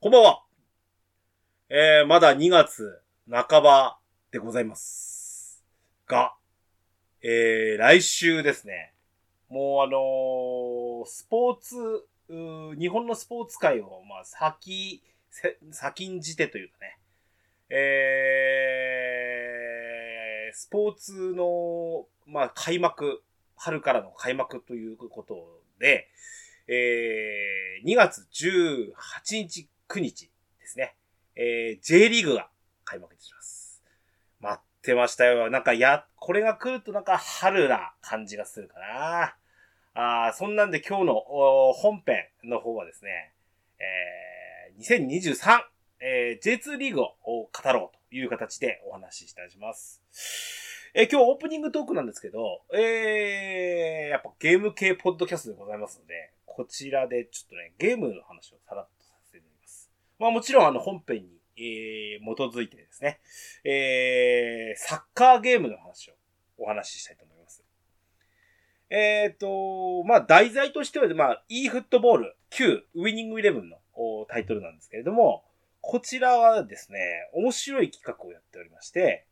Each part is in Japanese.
こんばんは。まだ2月半ばでございます。が、来週ですね。もうスポーツ、日本のスポーツ界を、先んじてというかね。スポーツの、開幕、春からの開幕ということで、2月18日、9日ですね。J リーグが開幕いたします。待ってましたよ。これが来ると春な感じがするかな。そんなんで今日の本編の方はですね、2023、J2 リーグを語ろうという形でお話ししたいします。今日オープニングトークなんですけど、やっぱゲーム系ポッドキャストでございますので、こちらでちょっとね、ゲームの話をさらっとさせていただきます。もちろん本編に、基づいてですね、サッカーゲームの話をお話ししたいと思います。題材としては、e フットボール旧ウィニングイレブンのタイトルなんですけれども、こちらはですね、面白い企画をやっておりまして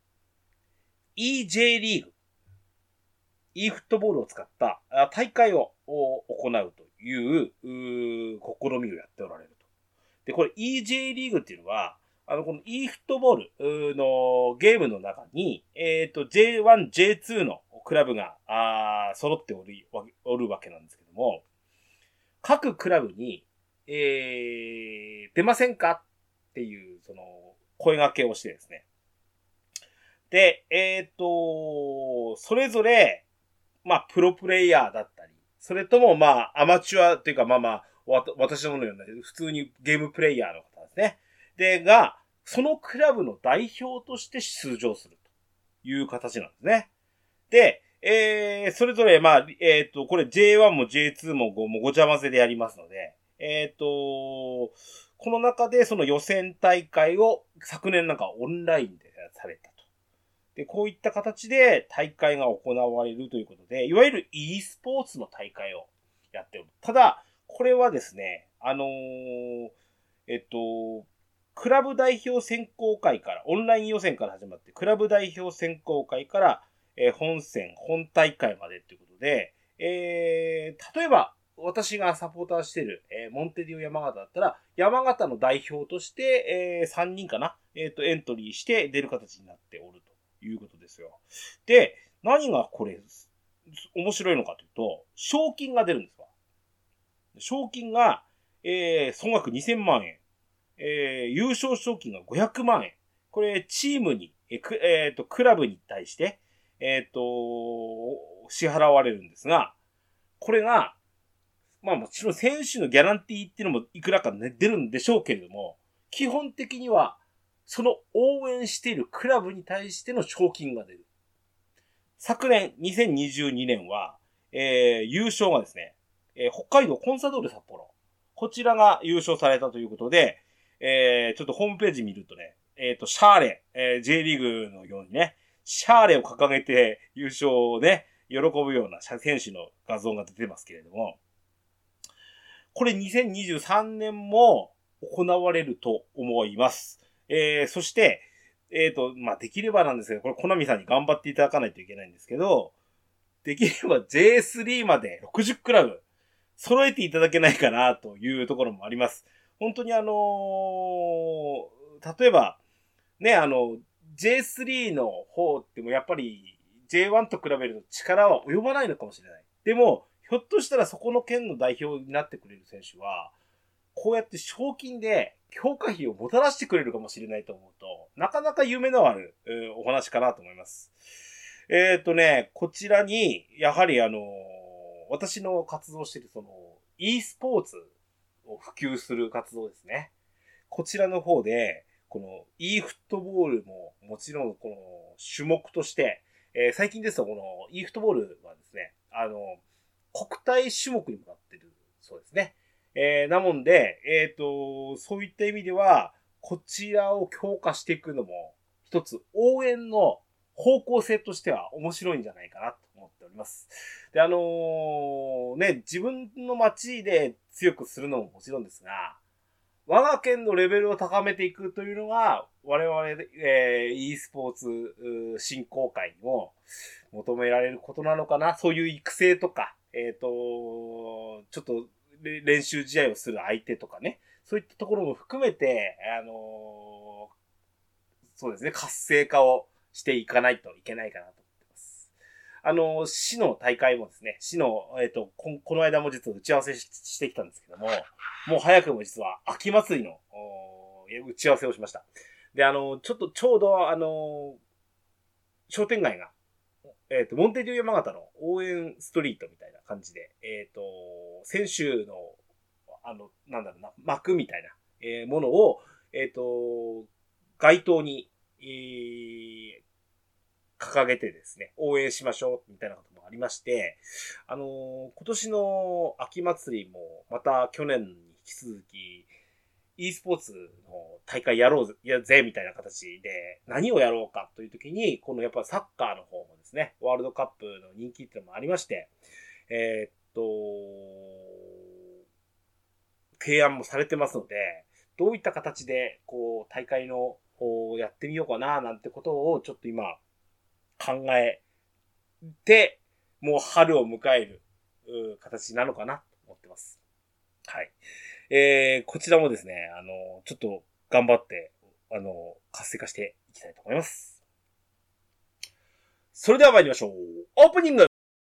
、EJ リーグ、e フットボールを使った大会を行うという試みをやっておられると。で、これ EJ リーグっていうのは、この e フットボールのゲームの中に、J1、J2 のクラブが揃っておるわけなんですけども、各クラブに、出ませんかっていう、声掛けをしてですね。で、それぞれ、プロプレイヤーだったり、それとも、アマチュアというか、私のような、普通にゲームプレイヤーの方ですね。そのクラブの代表として出場するという形なんですね。で、それぞれ、これ J1 も J2 もごちゃ混ぜでやりますので、この中でその予選大会を昨年オンラインでされたと。で、こういった形で大会が行われるということで、いわゆる e スポーツの大会をやっておる。ただ、これはですね、クラブ代表選考会から、オンライン予選から始まって、クラブ代表選考会から、本大会までということで、例えば、私がサポーターしている、モンテディオ山形だったら、山形の代表として、3人かな、エントリーして出る形になっておるということですよ。で、何がこれ、面白いのかというと、賞金が出るんですわ。賞金が、総額2000万円。優勝賞金が500万円。これ、チームに、クラブに対して、支払われるんですが、これが、もちろん選手のギャランティーっていうのもいくらか、ね、出るんでしょうけれども、基本的には、その応援しているクラブに対しての賞金が出る。昨年、2022年は、優勝がですね、北海道コンサドーレ札幌。こちらが優勝されたということで、ちょっとホームページ見るとね、シャーレ、J リーグのようにね、シャーレを掲げて優勝をね、喜ぶような選手の画像が出てますけれども、これ2023年も行われると思います。そして、できればなんですけど、これコナミさんに頑張っていただかないといけないんですけど、できれば J3 まで60クラブ揃えていただけないかなというところもあります。本当に例えば、ね、J3 の方ってもやっぱり J1 と比べると力は及ばないのかもしれない。でも、ひょっとしたらそこの県の代表になってくれる選手は、こうやって賞金で強化費をもたらしてくれるかもしれないと思うと、なかなか夢のある、お話かなと思います。こちらに、やはり私の活動しているe スポーツを普及する活動ですね。こちらの方で、この e フットボールももちろんこの種目として、最近ですとこの e フットボールはですね、国体種目にもなっているそうですね。なもんで、そういった意味では、こちらを強化していくのも、一つ応援の方向性としては面白いんじゃないかなと思っております。で、自分の街で強くするのももちろんですが、 我が県のレベルを高めていくというのが、我々、e スポーツ振興会にも求められることなのかな。そういう育成とか、ちょっと練習試合をする相手とかね。そういったところも含めて、そうですね、活性化をしていかないといけないかなと思ってます。市の大会もですね、市の、この間も実は打ち合わせしてきたんですけども、もう早くも実は秋祭りの打ち合わせをしました。で、ちょうど商店街が、モンテディオ山形の応援ストリートみたいな感じで、先週の、なんだろうな、幕みたいな、ものを、街頭に、掲げてですね、応援しましょう、みたいなこともありまして、今年の秋祭りも、また去年に引き続き、e スポーツの大会やろうぜ、みたいな形で、何をやろうかという時に、このやっぱサッカーの方もですね、ワールドカップの人気っていうのもありまして、提案もされてますので、どういった形で、こう、大会の、やってみようかな、なんてことを、ちょっと今、考えて、もう春を迎える、形なのかな、と思ってます。はい。こちらもですね、ちょっと頑張って、活性化していきたいと思います。それでは参りましょう。オープニング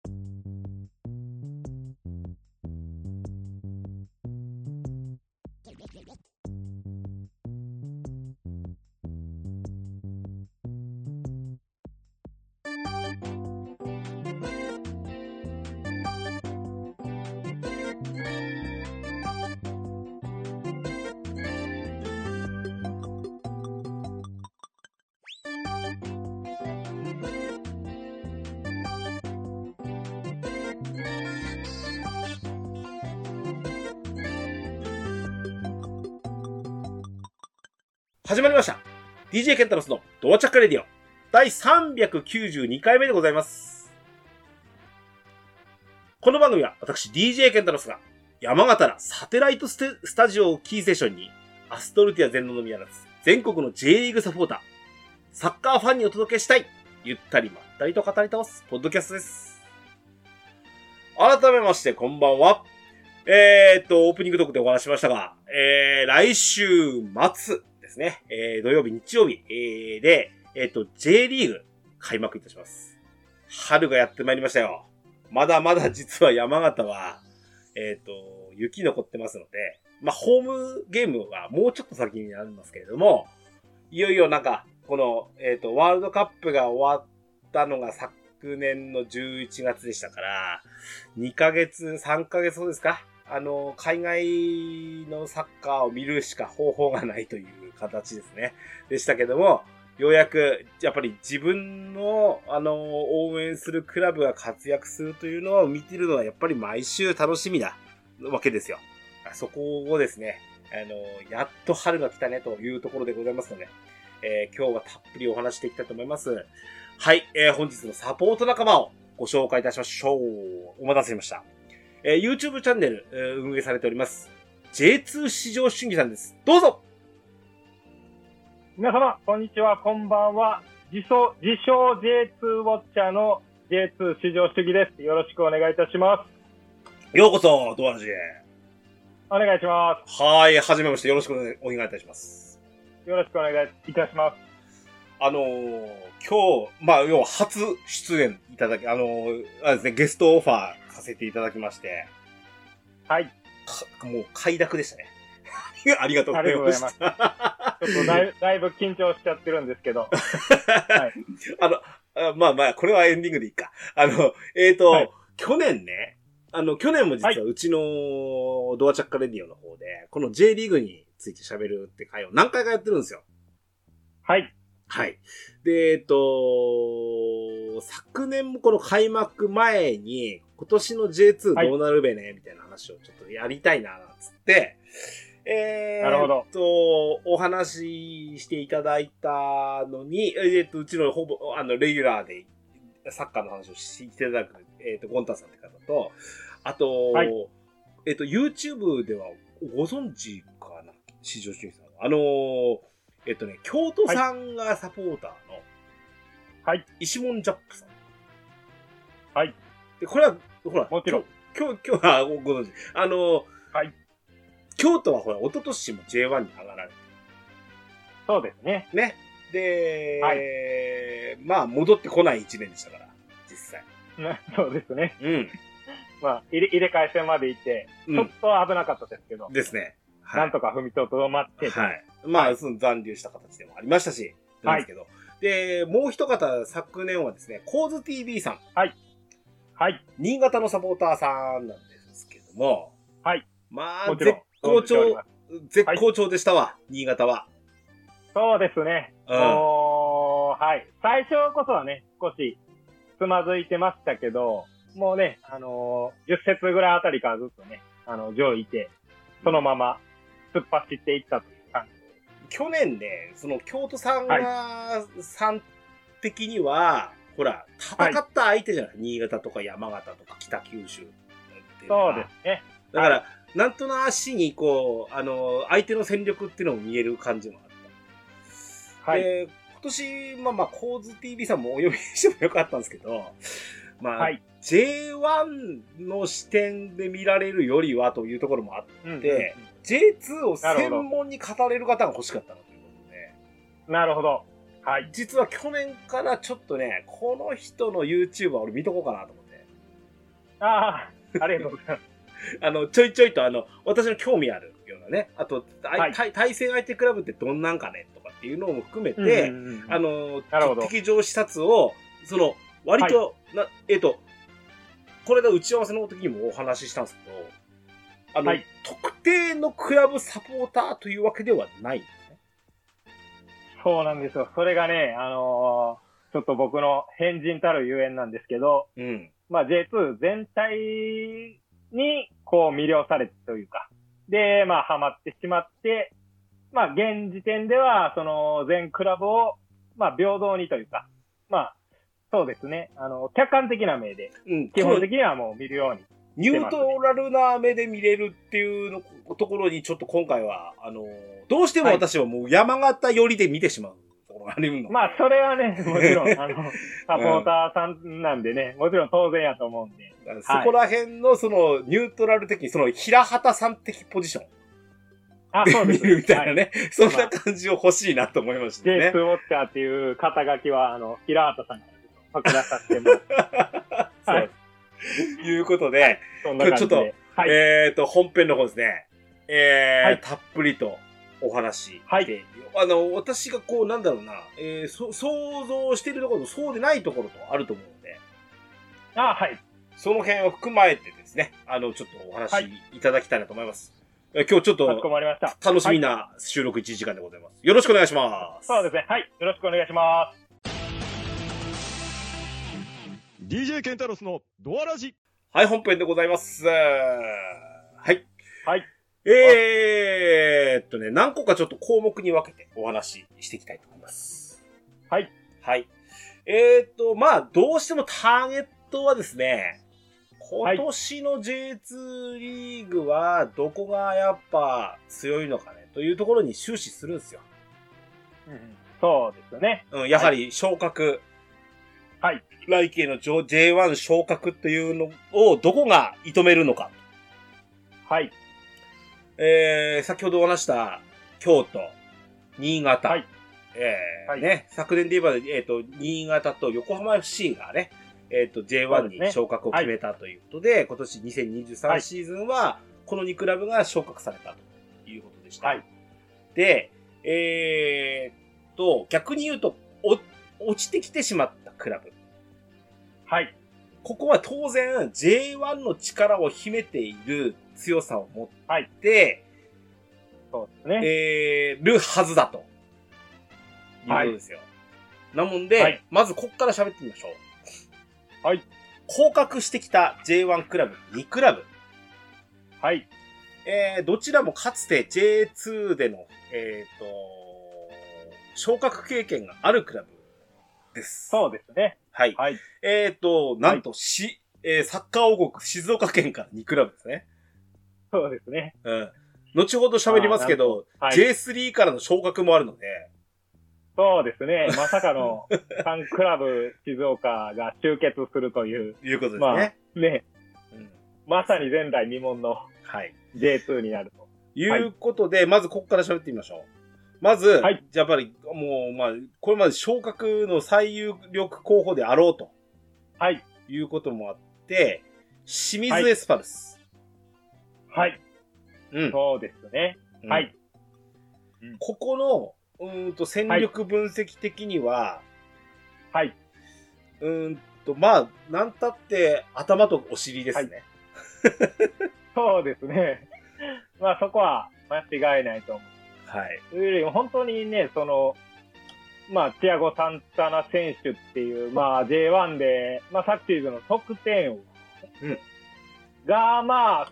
始まりました。DJ ケンタロスのドアチャッカレディオ第392回目でございます。この番組は私 DJ ケンタロスが山形らサテライトスタジオをキーセッションにアストルティア全農のみならず全国の J リーグサポーター、サッカーファンにお届けしたいゆったりまったりと語り倒すポッドキャストです。改めましてこんばんは。オープニングトークでお話しましたが、来週末ですね、土曜日、日曜日、で、J リーグ開幕いたします。春がやってまいりましたよ。まだまだ実は山形は、雪残ってますので、まあ、ホームゲームはもうちょっと先になりますけれども、いよいよなんか、この、ワールドカップが終わったのが昨年の11月でしたから、2ヶ月、3ヶ月そうですか？海外のサッカーを見るしか方法がないという形ですね。でしたけども、ようやく、やっぱり自分の、応援するクラブが活躍するというのを見てるのは、やっぱり毎週楽しみなわけですよ。そこをですね、やっと春が来たねというところでございますので、今日はたっぷりお話していきたいと思います。はい、本日のサポート仲間をご紹介いたしましょう。お待たせしました。YouTube チャンネル、運営されております。J2 市場主義さんです。どうぞ。 皆様、こんにちは、こんばんは。自称 J2 ウォッチャーの J2 市場主義です。よろしくお願いいたします。 ようこそ、ドアラジへ。 お願いします。 はい、はじめまして、よろしくお願いいたします。 よろしくお願いいたします。 今日、まあ、要は初出演いただき、あれですね、ゲストオファーさせていただきまして。 はい。 もう快諾でしたね。ありがとうございました。 ちょっとだいぶ緊張しちゃってるんですけど。はい、 まあ、これはエンディングでいいか。はい、去年ね、去年も実はうちのドアチャッカレディオの方で、この J リーグについて喋るって回を何回かやってるんですよ。 はい。 はい。で、昨年もこの開幕前に、今年の J2 どうなるべね、みたいな話をちょっとやりたいな、つって、 なるほど。 お話ししていただいたのに、うちのほぼ、レギュラーでサッカーの話をしていただく、ゴンタさんって方と、あと、 はい、 YouTube ではご存知かな市場主義さん。京都さんがサポーターの、 はい。 石門ジャップさん。 はい。 で、これは、ほら、 もちろん。 今日、ご存知。 はい。 京都はほら、一昨年も J1 に上がられて。 そうですね。 ね。で、はい、まあ、戻ってこない一年でしたから、実際。 そうですね。 うん。 まあ、入れ替え戦まで行って、ちょっと危なかったですけど。 ですね。 はい、なんとか踏みとどまって。 はい。まあ、その残留した形でもありましたし、なんですけど。はい、で、もう一方、昨年はですね、コーズ TV さん。 はい。はい。 新潟のサポーターさんなんですけども。 はい。 まあ、絶好調でしたわ、新潟は。 そうですね。はい。最初こそはね、少しつまずいてましたけど、もうね、10節ぐらいあたりからずっとね、上位いて、そのまま突っ走っていったという感じ。 去年ね、その京都さんが、さん的には、ほら、戦った相手じゃない、新潟とか山形とか北九州っていうのは。 そうですね。 だから、なんとなしに、こう、相手の戦力っていうのも見える感じもあった。はい。で、今年、まあ、コーズ TV さんもお呼びしてもよかったんですけど、まあ、J1 の視点で見られるよりはというところもあって、J2 を専門に語れる方が欲しかったなということで。 なるほど。はい。 実は去年からちょっとね、この人の YouTube は俺見とこうかなと思って。 ああ、ありがとうございます。 ちょいちょいと私の興味あるようなね、あと、対戦相手クラブってどんなんかねとかっていうのも含めて、敵情視察を、割と、これで打ち合わせの時にもお話ししたんですけど、特定のクラブサポーターというわけではないんですね。 そうなんですよ。それがね、ちょっと僕の変人たるゆえんなんですけど、まあ J2 全体にこう魅了されてというか、で、まあハマってしまって、まあ現時点ではその全クラブをまあ平等にというか、まあそうですね、客観的な目で、基本的にはもう見るように、 ニュートラルな目で見れるっていうのところにちょっと今回は、どうしても私はもう山形寄りで見てしまうところがあるの。 まあそれはね、もちろん、サポーターさんなんでね、もちろん当然やと思うんで。 そこら辺のそのニュートラル的に、その平畑さん的ポジション。 そうです。 見るみたいなね、そんな感じを欲しいなと思いましたね。 J2 ウォッチャーっていう肩書きは、平畑さんからパクらさせてもらって。はい。 いうことで、今日ちょっと、本編の方ですね。たっぷりとお話して、私がこう、なんだろうな、想像しているところとそうでないところとあると思うので、 はい。 その辺を含まえてですね、ちょっとお話いただきたいなと思います。今日ちょっと、楽しみな収録1時間でございます。よろしくお願いします。 そうですね。はい。よろしくお願いします。 DJ ケンタロスのドアラジ。 はい、本編でございます。はい。 はい。 何個かちょっと項目に分けてお話ししていきたいと思います。 はい。 はい。まあ、どうしてもターゲットはですね、今年の J2 リーグはどこがやっぱ強いのかねというところに終始するんですよ。 そうですね。 やはり昇格。 はい。 来季の J1 昇格というのをどこが射止めるのか。 はい。 先ほどお話した京都、新潟。はい。ね、昨年で言えば、新潟と横浜 FC がね、J1 に昇格を決めたということで、今年2023シーズンは、この2クラブが昇格されたということでした。はい。で、逆に言うと、落ちてきてしまったクラブ。 はい。 ここは当然 J1 の力を秘めている強さを持って、 そうですね。 るはずだと。いうことですよ。なもんで、まずこっから喋ってみましょう。 はい。 降格してきた J1 クラブ2クラブ。 はい。 どちらもかつて J2 での、昇格経験があるクラブです。 そうですね。 はい。はい。なんと、サッカー王国静岡県から2クラブですね。 そうですね。 後ほど喋りますけど、はい、J3 からの昇格もあるので。 そうですね。まさかのファンクラブ静岡が集結するという。 いうことですね。 まあ、ね、まさに前代未聞の J2 になると。 いうことで、まずここから喋ってみましょう。まず、はい、じゃあやっぱり、もう、まあ、これまで昇格の最有力候補であろうと。 はい。 いうこともあって、清水エスパルス。 はい。うん。そうですね。はい。 ここの、戦力分析的には、 はい。 まあ、なんたって頭とお尻ですね。 はい、そうですね。まあそこは間違いないと思う。 はい。 というより本当にね、まあ、チアゴ・サンタナ選手っていう、まあ J1 で、まあ昨シーズンの得点王が、まあ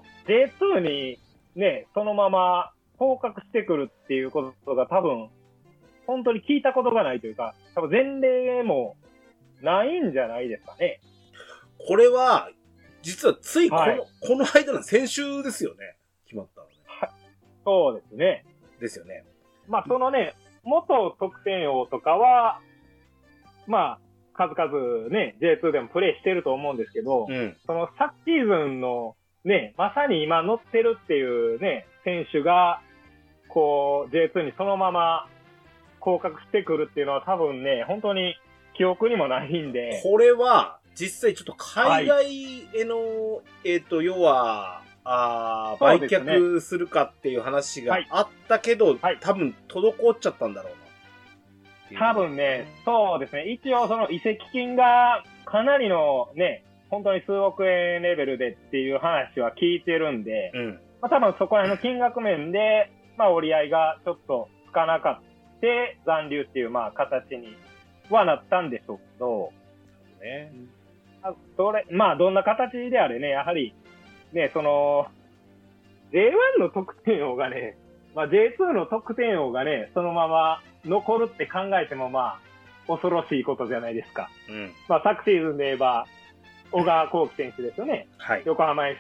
J2 にね、そのまま降格してくるっていうことが多分、本当に聞いたことがないというか、多分前例もないんじゃないですかね。 これは、実はついこの間の先週ですよね。決まったのね。 はい。そうですね。 ですよね。 まあ元得点王とかは、まあ、数々ね、J2 でもプレイしてると思うんですけど、昨シーズンのね、まさに今乗ってるっていうね、選手が、J2 にそのまま降格してくるっていうのは多分ね、本当に記憶にもないんで。 これは、実際ちょっと海外への、要は、売却するかっていう話があったけど、多分滞っちゃったんだろうな。多分ね、そうですね。一応移籍金がかなりのね、本当に数億円レベルでっていう話は聞いてるんで、まあ多分そこら辺の金額面で、まあ折り合いがちょっとつかなかった残留っていうまあ形にはなったんでしょうけど、 ね。 まあどんな形であれね、やはり、ね、J1 の得点王がね、まあ J2 の得点王がね、そのまま残るって考えてもまあ、恐ろしいことじゃないですか。まあ昨シーズンで言えば、小川幸輝選手ですよね。 はい。 横浜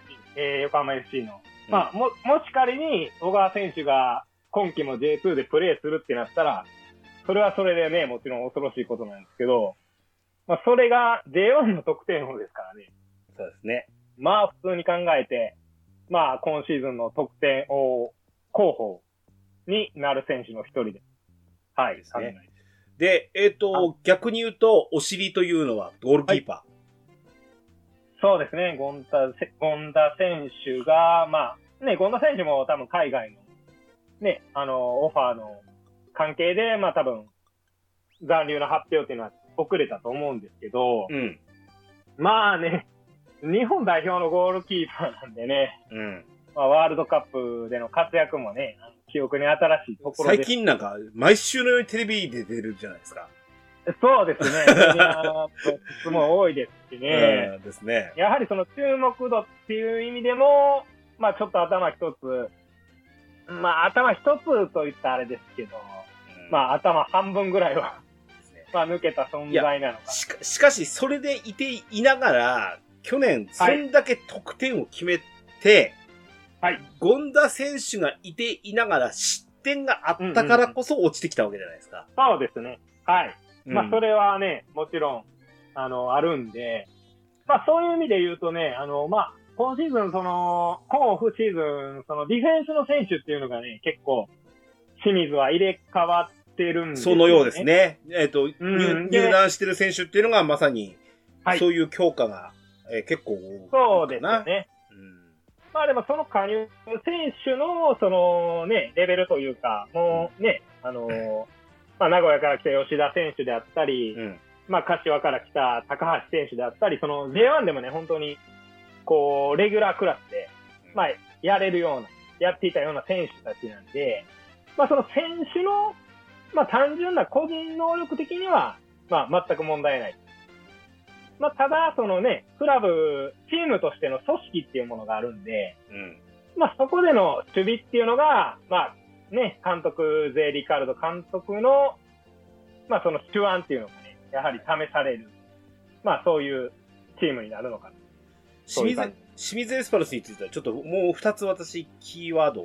FC の。まあ、もし仮に小川選手が今季も J2 でプレーするってなったら、それはそれでね、もちろん恐ろしいことなんですけど、まあそれが J1 の得点王ですからね。 そうですね。 まあ普通に考えて、まあ今シーズンの得点王候補になる選手の一人で。はい。ですね。 で、逆に言うと、お尻というのはゴールキーパー。はい、 そうですね。権田選手が、まあ、ね、権田選手も多分海外の、ね、オファーの関係で、まあ多分、残留の発表っていうのは遅れたと思うんですけど、まあね、日本代表のゴールキーパーなんでね、まあ、ワールドカップでの活躍もね、記憶に新しいところで。 最近なんか、毎週のようにテレビで出るじゃないですか。 そうですね。メディアのも多いですしね。 ですね。 やはりその注目度っていう意味でも、まあちょっと頭一つ、まあ頭一つと言ったらあれですけど、まあ頭半分ぐらいは、まあ抜けた存在なのか。 しかし、それでいながら、去年、そんだけ得点を決めて、 はい。 権田選手がいながら失点があったからこそ落ちてきたわけじゃないですか。 そうですね。はい。まあ、それはね、もちろん、あるんで、まあ、そういう意味で言うとね、まあ、今シーズン、今オフシーズン、ディフェンスの選手っていうのがね、結構、清水は入れ替わってるんですよね。 そのようですね。入団してる選手っていうのがまさに、そういう強化が、結構多いかな。 そうですね。まあでもその加入選手の、ね、レベルというか、もうね、まあ名古屋から来た吉田選手であったり、まあ柏から来た高橋選手であったり、J1 でもね、本当に、レギュラークラスで、まあ、やっていたような選手たちなんで、まあその選手の、まあ単純な個人能力的には、まあ全く問題ない。まあ、ただ、クラブ、チームとしての組織っていうものがあるんで、まあ、そこでの守備っていうのが、まあ、ね、ゼーリカルド監督の、まあ、その手腕っていうのがね、やはり試される、まあ、そういうチームになるのかな。 清水エスパルスについては、ちょっともう2つ私、キーワードを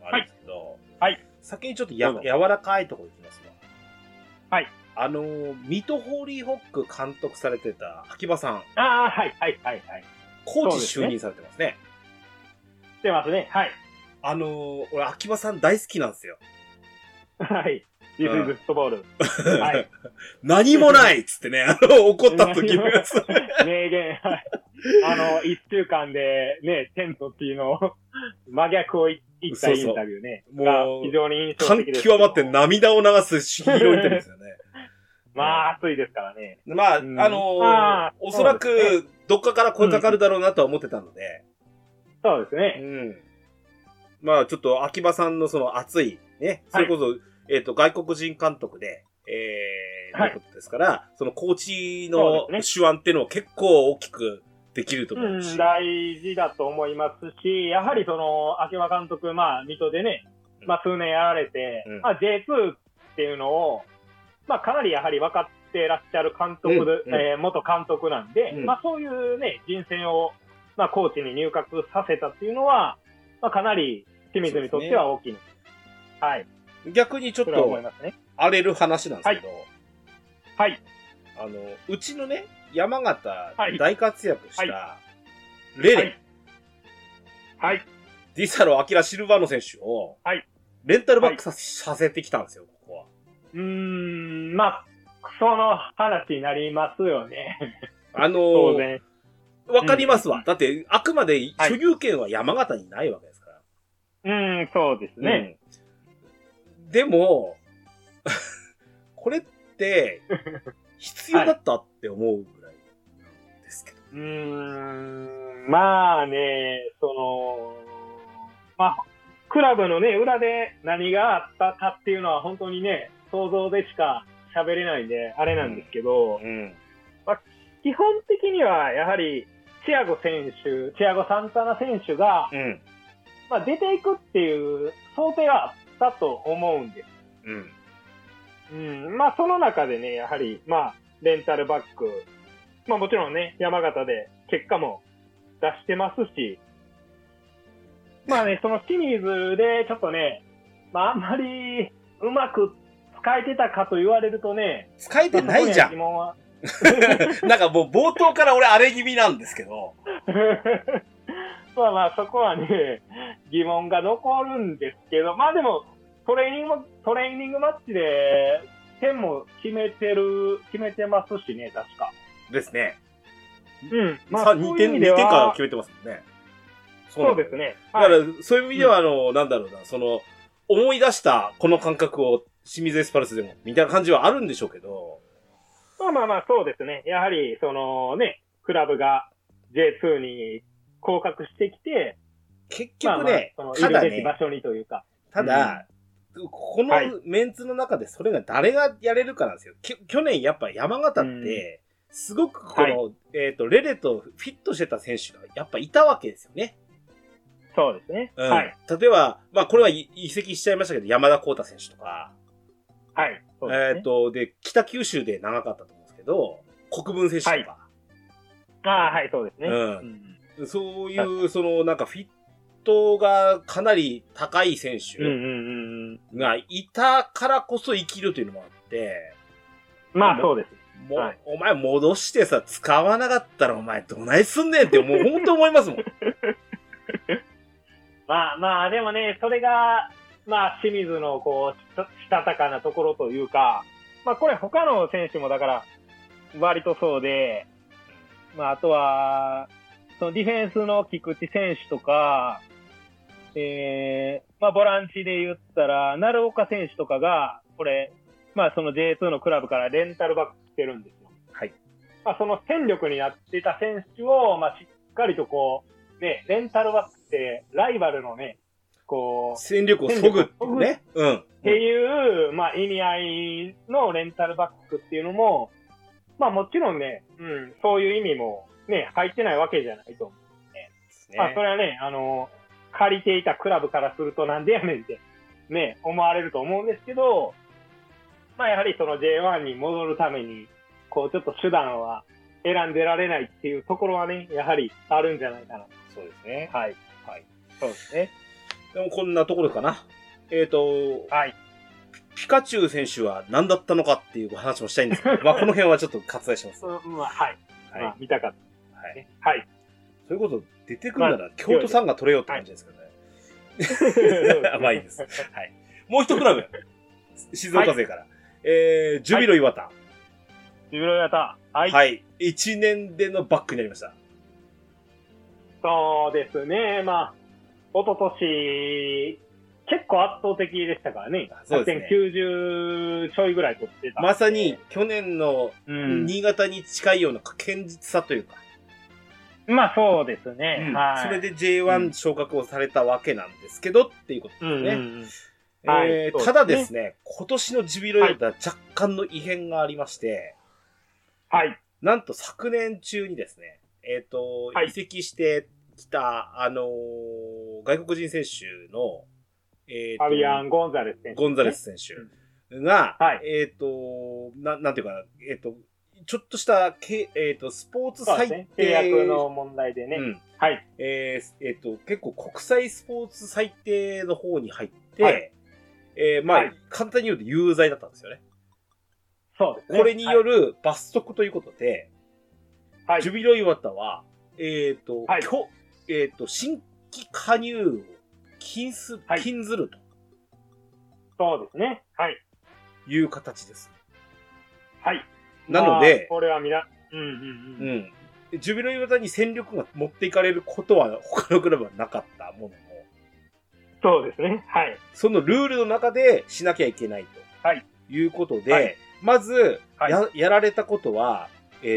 あるんですけど、 はい。 先にちょっと柔らかいところいきますわ。はい。ミト・ホーリーホック監督されてた秋葉さん。 ああ、はい、はい、はい、はい。 コーチ就任されてますね。 してますね。はい。 俺、秋葉さん大好きなんですよ。 はい。This is football。はい。 何もないっつってね、怒った時のやつ。 名言、はい。1週間でね、テントっていうのを、真逆を言ったインタビューね。 そうもう、 非常に印象的です。 感極まって涙を流すヒーローインタビューですよね。 まあ、暑いですからね。 まあ、おそらく、どっかから声かかるだろうなとは思ってたので。 そうですね。 うん。まあ、ちょっと、秋葉さんのその熱い、ね、それこそ、外国人監督で、ということですから、そのコーチの手腕っていうのは結構大きくできると思うし。 大事だと思いますし、やはりその、秋葉監督、まあ、水戸でね、まあ、数年やられて、まあ、J2 っていうのを、まあ、かなりやはり分かってらっしゃる監督で、元監督なんで、まあ、そういうね、人選を、まあ、コーチに入閣させたっていうのは、まあ、かなり清水にとっては大きい。はい。 逆にちょっと、荒れる話なんですけど、 はい。 うちのね、山形大活躍した、レレ。 はい。 ディサロ・アキラ・シルバーノ選手を、レンタルバックさせてきたんですよ、ここは。 まあ、その話になりますよね。 当然。わかりますわ。だって、あくまで所有権は山形にないわけですから。 そうですね。 でも、これって、必要だったって思うぐらいですけど。 まあね、まあ、クラブのね、裏で何があったかっていうのは本当にね、想像でしか喋れないんで、あれなんですけど、まあ、基本的にはやはり、チアゴ・サンタナ選手が、まあ、出ていくっていう想定があったと思うんです。まあ、その中でね、やはり、まあ、レンタルバック、まあ、もちろんね、山形で結果も出してますし、まあね、その清水でちょっとね、まあ、あんまりうまく使えてたかと言われるとね、 使えてないじゃん。なんかもう冒頭から俺荒れ気味なんですけど。 まあまあそこはね、疑問が残るんですけど、まあでもトレーニングマッチで点も決めてますしね、確か。 ですね。 まあ 2点から決めてますもんね。 そうですね。 だから、そういう意味ではなんだろうな、思い出したこの感覚を清水エスパルスでも、みたいな感じはあるんでしょうけど。 まあ、そうですね。やはり、クラブが J2 に降格してきて、 結局ね、 ただね、場所にというか。 ただ、このメンツの中でそれが誰がやれるかなんですよ。去年やっぱ山形って、すごくレレとフィットしてた選手がやっぱいたわけですよね。 そうですね。 はい。例えば、まあこれは移籍しちゃいましたけど、山田光太選手とか。 はい。 で、北九州で長かったと思うんですけど、国分選手とか。 はい、そうですね。 そういう、なんかフィットがかなり高い選手がいたからこそ生きるというのもあって、 まあそうです。 お前戻してさ、使わなかったらお前どないすんねんってもう本当思いますもん。 まあでもね、それが、まあ清水のしたたかなところというか、まあこれ他の選手もだから割とそうで、まああとは、そのディフェンスの菊池選手とか、まあボランチで言ったら、鳴岡選手とかが、これ、まあその J2 のクラブからレンタルバックしてるんですよ。 はい。 まあその戦力になっていた選手を、まあしっかりとね、レンタルバックってライバルのね、 戦力を削ぐっていうね。 っていう、まあ意味合いのレンタルバックっていうのも、まあもちろんね、そういう意味もね、入ってないわけじゃないと思うんですね。まあそれはね、借りていたクラブからするとなんでやねんってね、思われると思うんですけど、まあやはりその J1 に戻るために、ちょっと手段は選んでられないっていうところはね、やはりあるんじゃないかな。 そうですね。 はい。 はい。 そうですね。 でもこんなところかな。 はい。 ピカチュウ選手は何だったのかっていう話もしたいんですけど、まあこの辺はちょっと割愛します。 まあ、はい。はい。まあ、見たかった。 はい。 はい。 そういうこと出てくるなら、京都さんが取れようって感じですけどね。まあいいです。はい。もう一クラブ。静岡勢から。ジュビロ磐田。 ジュビロ磐田。はい。 はい。1年でのバックになりました。 そうですね。まあ、一昨年、結構圧倒的でしたからね。 そうですね。 190ちょいぐらい取ってた。 まさに去年の新潟に近いような堅実さというか。 まあそうですね。はい。 それで J1 昇格をされたわけなんですけどっていうことですね。ただですね、今年のジュビロ磐田は若干の異変がありまして、 はい。 なんと昨年中にですね、移籍してきた、外国人選手の、 ファビアン・ゴンザレス選手。 ゴンザレス選手が、 はい。 なんていうかな、ちょっとした、スポーツ最低、 契約の問題でね。はい。 結構国際スポーツ最低の方に入って、まあ、簡単に言うと有罪だったんですよね。 そうですね。 これによる罰則ということで、ジュビロ磐田は、新規加入を禁ずると。 そうですね。はい。 いう形です。 はい。 なので、 これはジュビロ磐田に戦力が持っていかれることは他のクラブはなかったものも。 そうですね。はい。 そのルールの中でしなきゃいけないと。 はい。 いうことで、まず、やられたことは、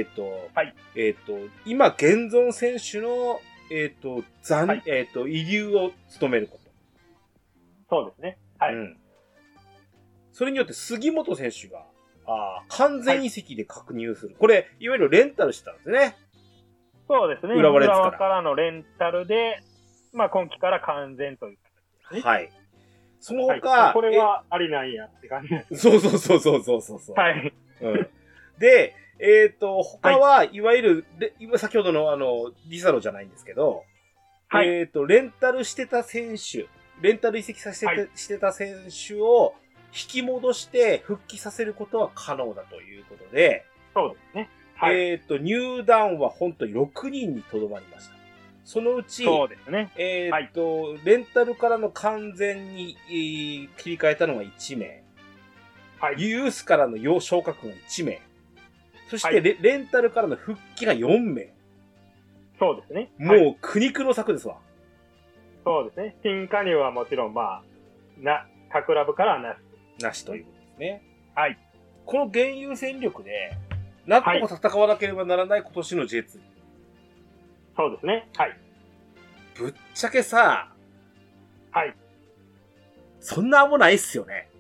今現存選手の、遺留を務めること。 そうですね。はい。 それによって杉本選手が、完全移籍で確認する。これ、いわゆるレンタルしてたんですね。 そうですね。浦和からのレンタルで、まあ今季から完全という形ですね。 はい。その他、 これはありなんやって感じです。 そう。 はい。 で、他は、いわゆる、先ほどのリサロじゃないんですけど、レンタルしてた選手、レンタル移籍してた選手を引き戻して復帰させることは可能だということで、 そうですね。 入団は本当に6人にとどまりました。そのうち、 そうですね。 レンタルからの完全に、切り替えたのが1名。ユースからの昇格が1名。そして、レンタルからの復帰が4名。 そうですね。 もう苦肉の策ですわ。 そうですね。新加入はもちろん、他クラブからはなしということですね。 はい。 この現有戦力で、なんとか戦わなければならない今年の J2。 そうですね。はい。 ぶっちゃけさ、 はい。 そんなもないっすよね。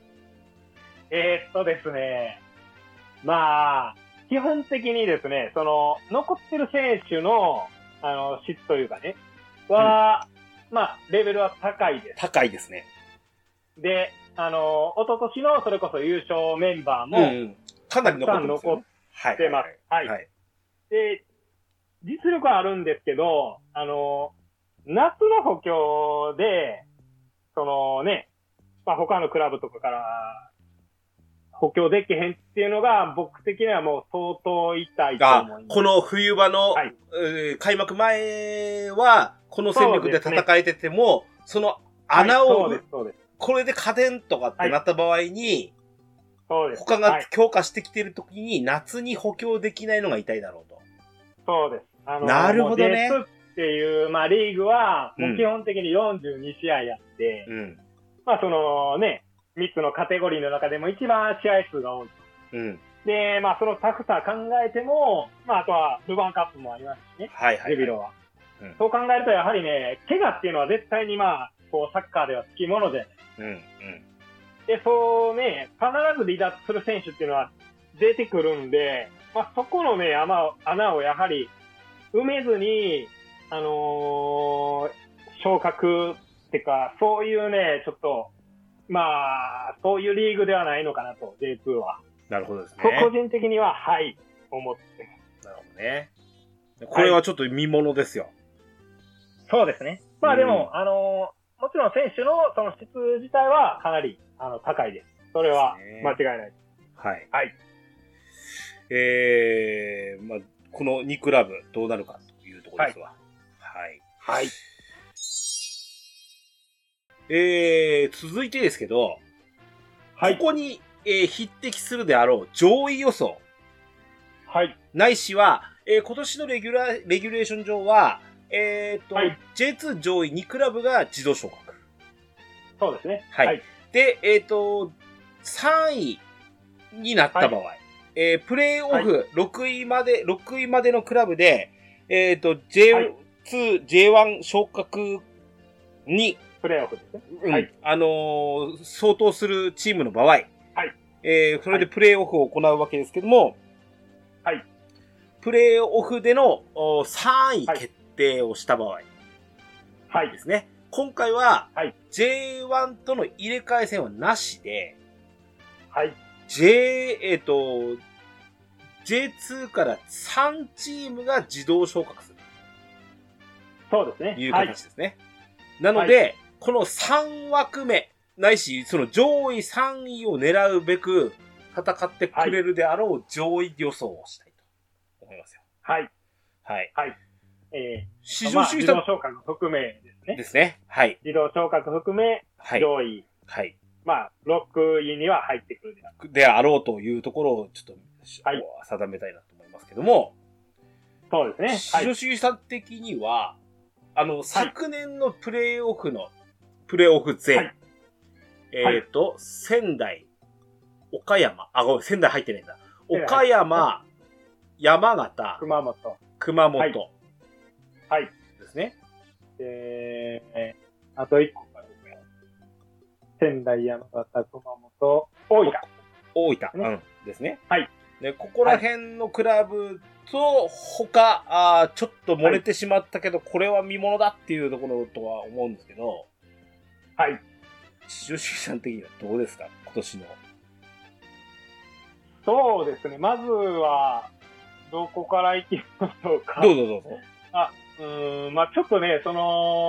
ですね。まあ、基本的にですね、残ってる選手の、質というかね、まあ、レベルは高いです。 高いですね。 で、一昨年のそれこそ優勝メンバーも、 かなり残ってます。はい。で、実力はあるんですけど、夏の補強で、他のクラブとかから補強できへんっていうのが、僕的にはもう相当痛いと思います。 この冬場の、開幕前は、この戦力で戦えてても、その穴を、これで家電とかってなった場合に、他が強化してきてるときに、夏に補強できないのが痛いだろうと。 そうです。 なるほどね。 J2 っていう、リーグは、もう基本的に42試合やって、3つのカテゴリーの中でも一番試合数が多い。で、そのタフさ考えても、あとはルヴァンカップもありますしね。ジュビロは。そう考えると、やはりね、怪我っていうのは絶対にサッカーではつきもので。で、必ず離脱する選手っていうのは出てくるんで、そこのね、穴をやはり埋めずに、昇格ってか、そういうね、ちょっと、そういうリーグではないのかなと、J2 は。 なるほどですね。 個人的には、思ってます。 なるほどね。これはちょっと見ものですよ。 そうですね。でも、 もちろん選手のその質自体はかなり高いです。それは間違いないです。 はい。 はい。 まあ、この2クラブどうなるかというところですわ。はい。 はい。 続いてですけど、 はい、 ここに、匹敵するであろう上位予想。 はい。 ないしは、今年のレギュレーション上は、はい、J2 上位2クラブが自動昇格。 そうですね。 はい。はい、で、3位になった場合、はい、プレイオフ、はい、6位までのクラブで、J2、はい、J1 昇格に、 プレイオフですね。 はい。相当するチームの場合、はい。それでプレイオフを行うわけですけども、 はい。 プレイオフでの3位決定をした場合、はい。ですね。今回は、はい。J1 との入れ替え戦はなしで、はい。J2 から3チームが自動昇格する。 そうですね。 いう形ですね。はい、なので、はい、この3枠目、ないし、その上位3位を狙うべく戦ってくれるであろう上位予想をしたいと思いますよ。 はい。 はい。 はい。 市場主義さん。 自動昇格含めですね。 ですね。はい。 自動昇格含め、上位。 はい。 まあ、6位には入ってくるであろうというところをちょっと、はい、定めたいなと思いますけども。 そうですね。 市場主義さん的には、はい、昨年のプレイオフ勢、はい、仙台、岡山、ごめん、仙台入ってないんだ。岡山、山形、 熊本。 はい。 はい。 ですね。 あと1個かですね。仙台、山形、熊本、大分。 うん。ですね。 はい。 で、ここら辺のクラブと、他、ちょっと漏れてしまったけど、これは見物だっていうところとは思うんですけど、 はい。 市場主義さん的にはどうですか、今年の。 そうですね。まずは、どこから行きましょうか。 どうぞ。 まあちょっとね、今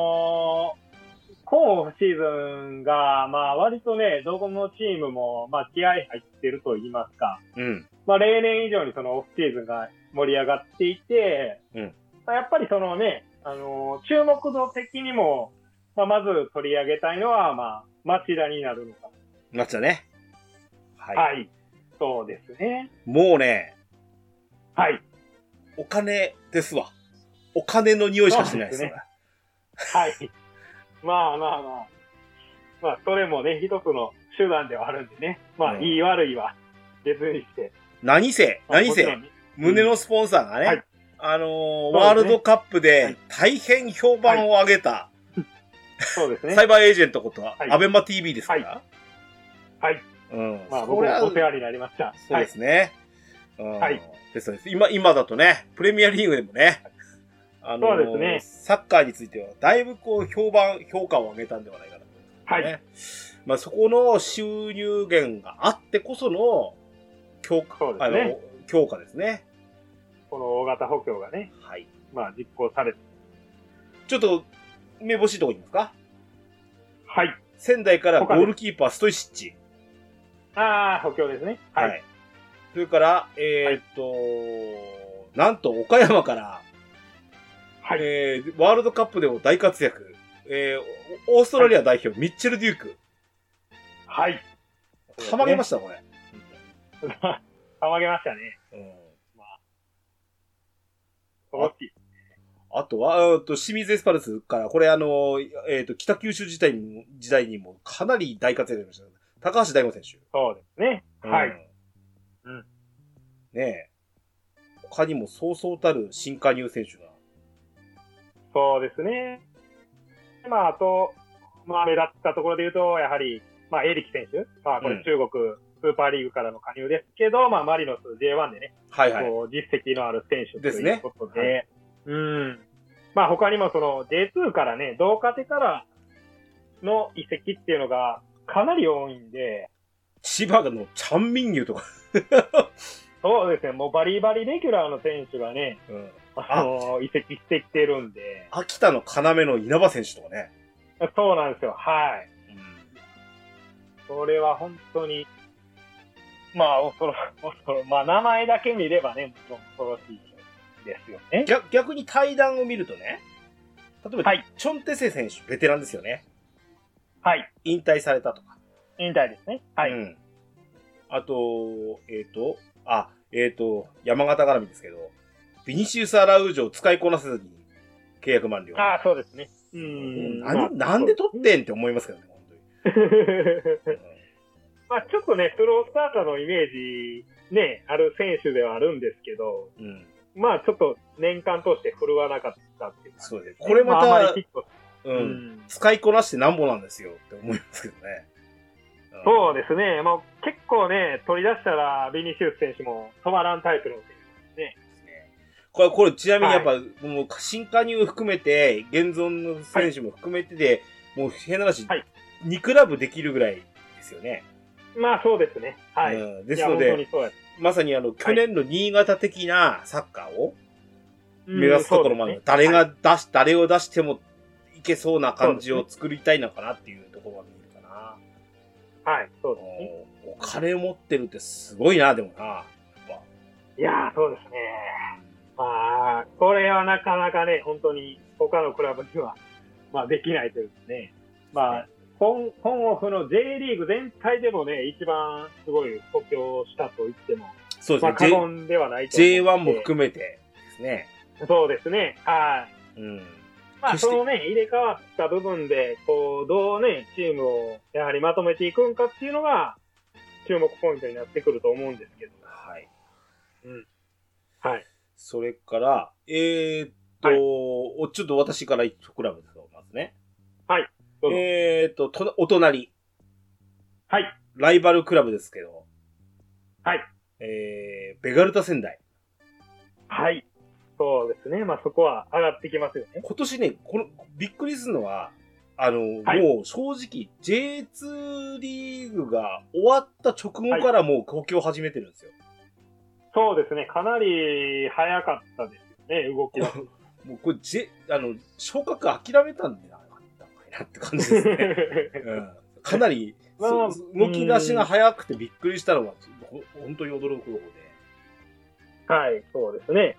シーズンが、まあ割とね、どこのチームも、まあ気合入ってると言いますか。 うん。 まあ例年以上にそのオフシーズンが盛り上がっていて、 うん。 まあ、やっぱりそのね、注目度的にも、まあまず取り上げたいのは、まあ、町田になるのか。 町田ね。 はい。はい。そうですね。 もうね。 はい。 お金ですわ。お金の匂いしかしないですね。 はい。まあ、それもね、一つの手段ではあるんでね。まあ、いい悪いは別にして。 何せ、胸のスポンサーがね、はい、ワールドカップで大変評判を上げた、 そうですね。 サイバーエージェントことは、アベマ TV ですから。 はい。 うん。 まあ、僕もお世話になりました。 そうですね。 はい。 です。今だとね、プレミアリーグでもね、 そうですね。 サッカーについては、だいぶこう、評価を上げたんではないかなと、ね。 はい。 まあ、そこの収入源があってこその、強化ですね。 この大型補強がね。 はい。 まあ、実行されて。 ちょっと、目星いとこいきますか？ はい。 仙台からゴールキーパー、ストイシッチ。 補強ですね。はい。 それから、なんと岡山から、はい。ワールドカップでも大活躍。オーストラリア代表、ミッチェル・デューク。 はい。 たまげました、これ。 たまげましたね。まあ。 あとは、清水エスパルスから、これ北九州時代にもかなり大活躍しました。高橋大吾選手。 そうですね。はい。 うん。ねえ。他にもそうそうたる新加入選手が。 そうですね。まあ、あと、まあ、目立ったところで言うと、やはり、まあ、エリキ選手。まあ、これ中国、スーパーリーグからの加入ですけど、まあ、マリノス J1 でね。 はいはい。 実績のある選手ということで。 ですね。まあ、他にもその J2 からね、同化手からの移籍っていうのがかなり多いんで。 千葉のチャンミンニュとか。 そうですね。もうバリバリレギュラーの選手がね、移籍してきてるんで。 秋田の要の稲葉選手とかね。 そうなんですよ。はい。それは本当に、まあ、まあ、名前だけ見ればね、もちろん恐ろしいですよね。 逆に対談を見るとね、例えば、チョンテセ選手、ベテランですよね。 はい。 引退されたとか。 引退ですね。はい。 あと、山形絡みですけど、ビニシウス・アラウージョを使いこなせずに契約満了。 そうですね。 なんで取ってんって思いますけどね、本当に。 まあちょっとね、スロースターターのイメージ、ね、ある選手ではあるんですけど、まあちょっと年間通して振るわなかったっていう、ね。 そうです。これまた、使いこなしてなんぼなんですよって思いますけどね。 そうですね。もう結構ね、取り出したらビニシウス選手も止まらんタイプの選手ですね。 これちなみにやっぱ、もう新加入含めて、現存の選手も含めてで、もう変な話、2クラブできるぐらいですよね。 まあそうですね。はい。 ですので、まさに去年の新潟的なサッカーを目指すところまで、誰を出してもいけそうな感じを作りたいのかなっていうところが見えるかな。 はい、そうですね。 お金持ってるってすごいな、でもな。 いやー、そうですね。まあ、これはなかなかね、本当に他のクラブには、まあできないというね。まあ、本オフの J リーグ全体でもね、一番すごい補強したと言っても、 そうですね。 まあ過言ではないと思う。J1 も含めてですね。 そうですね。はい。まあ、そのね、入れ替わった部分で、こう、どうね、チームをやはりまとめていくんかっていうのが、注目ポイントになってくると思うんですけど。 はい。 はい。 それから、ちょっと私から一クラブですまずね。 はい。 お隣。 はい。 ライバルクラブですけど。 はい。 ベガルタ仙台。 はい。そうですね。まあそこは上がってきますよね。 今年ね、びっくりするのは、もう正直 J2 リーグが終わった直後からもう補強を始めてるんですよ。 そうですね。かなり早かったですよね、動きは。 もうこれ昇格諦めたんじゃなかったかいなって感じですね。かなり、動き出しが早くてびっくりしたのは、本当に驚くほどで。 はい、そうですね。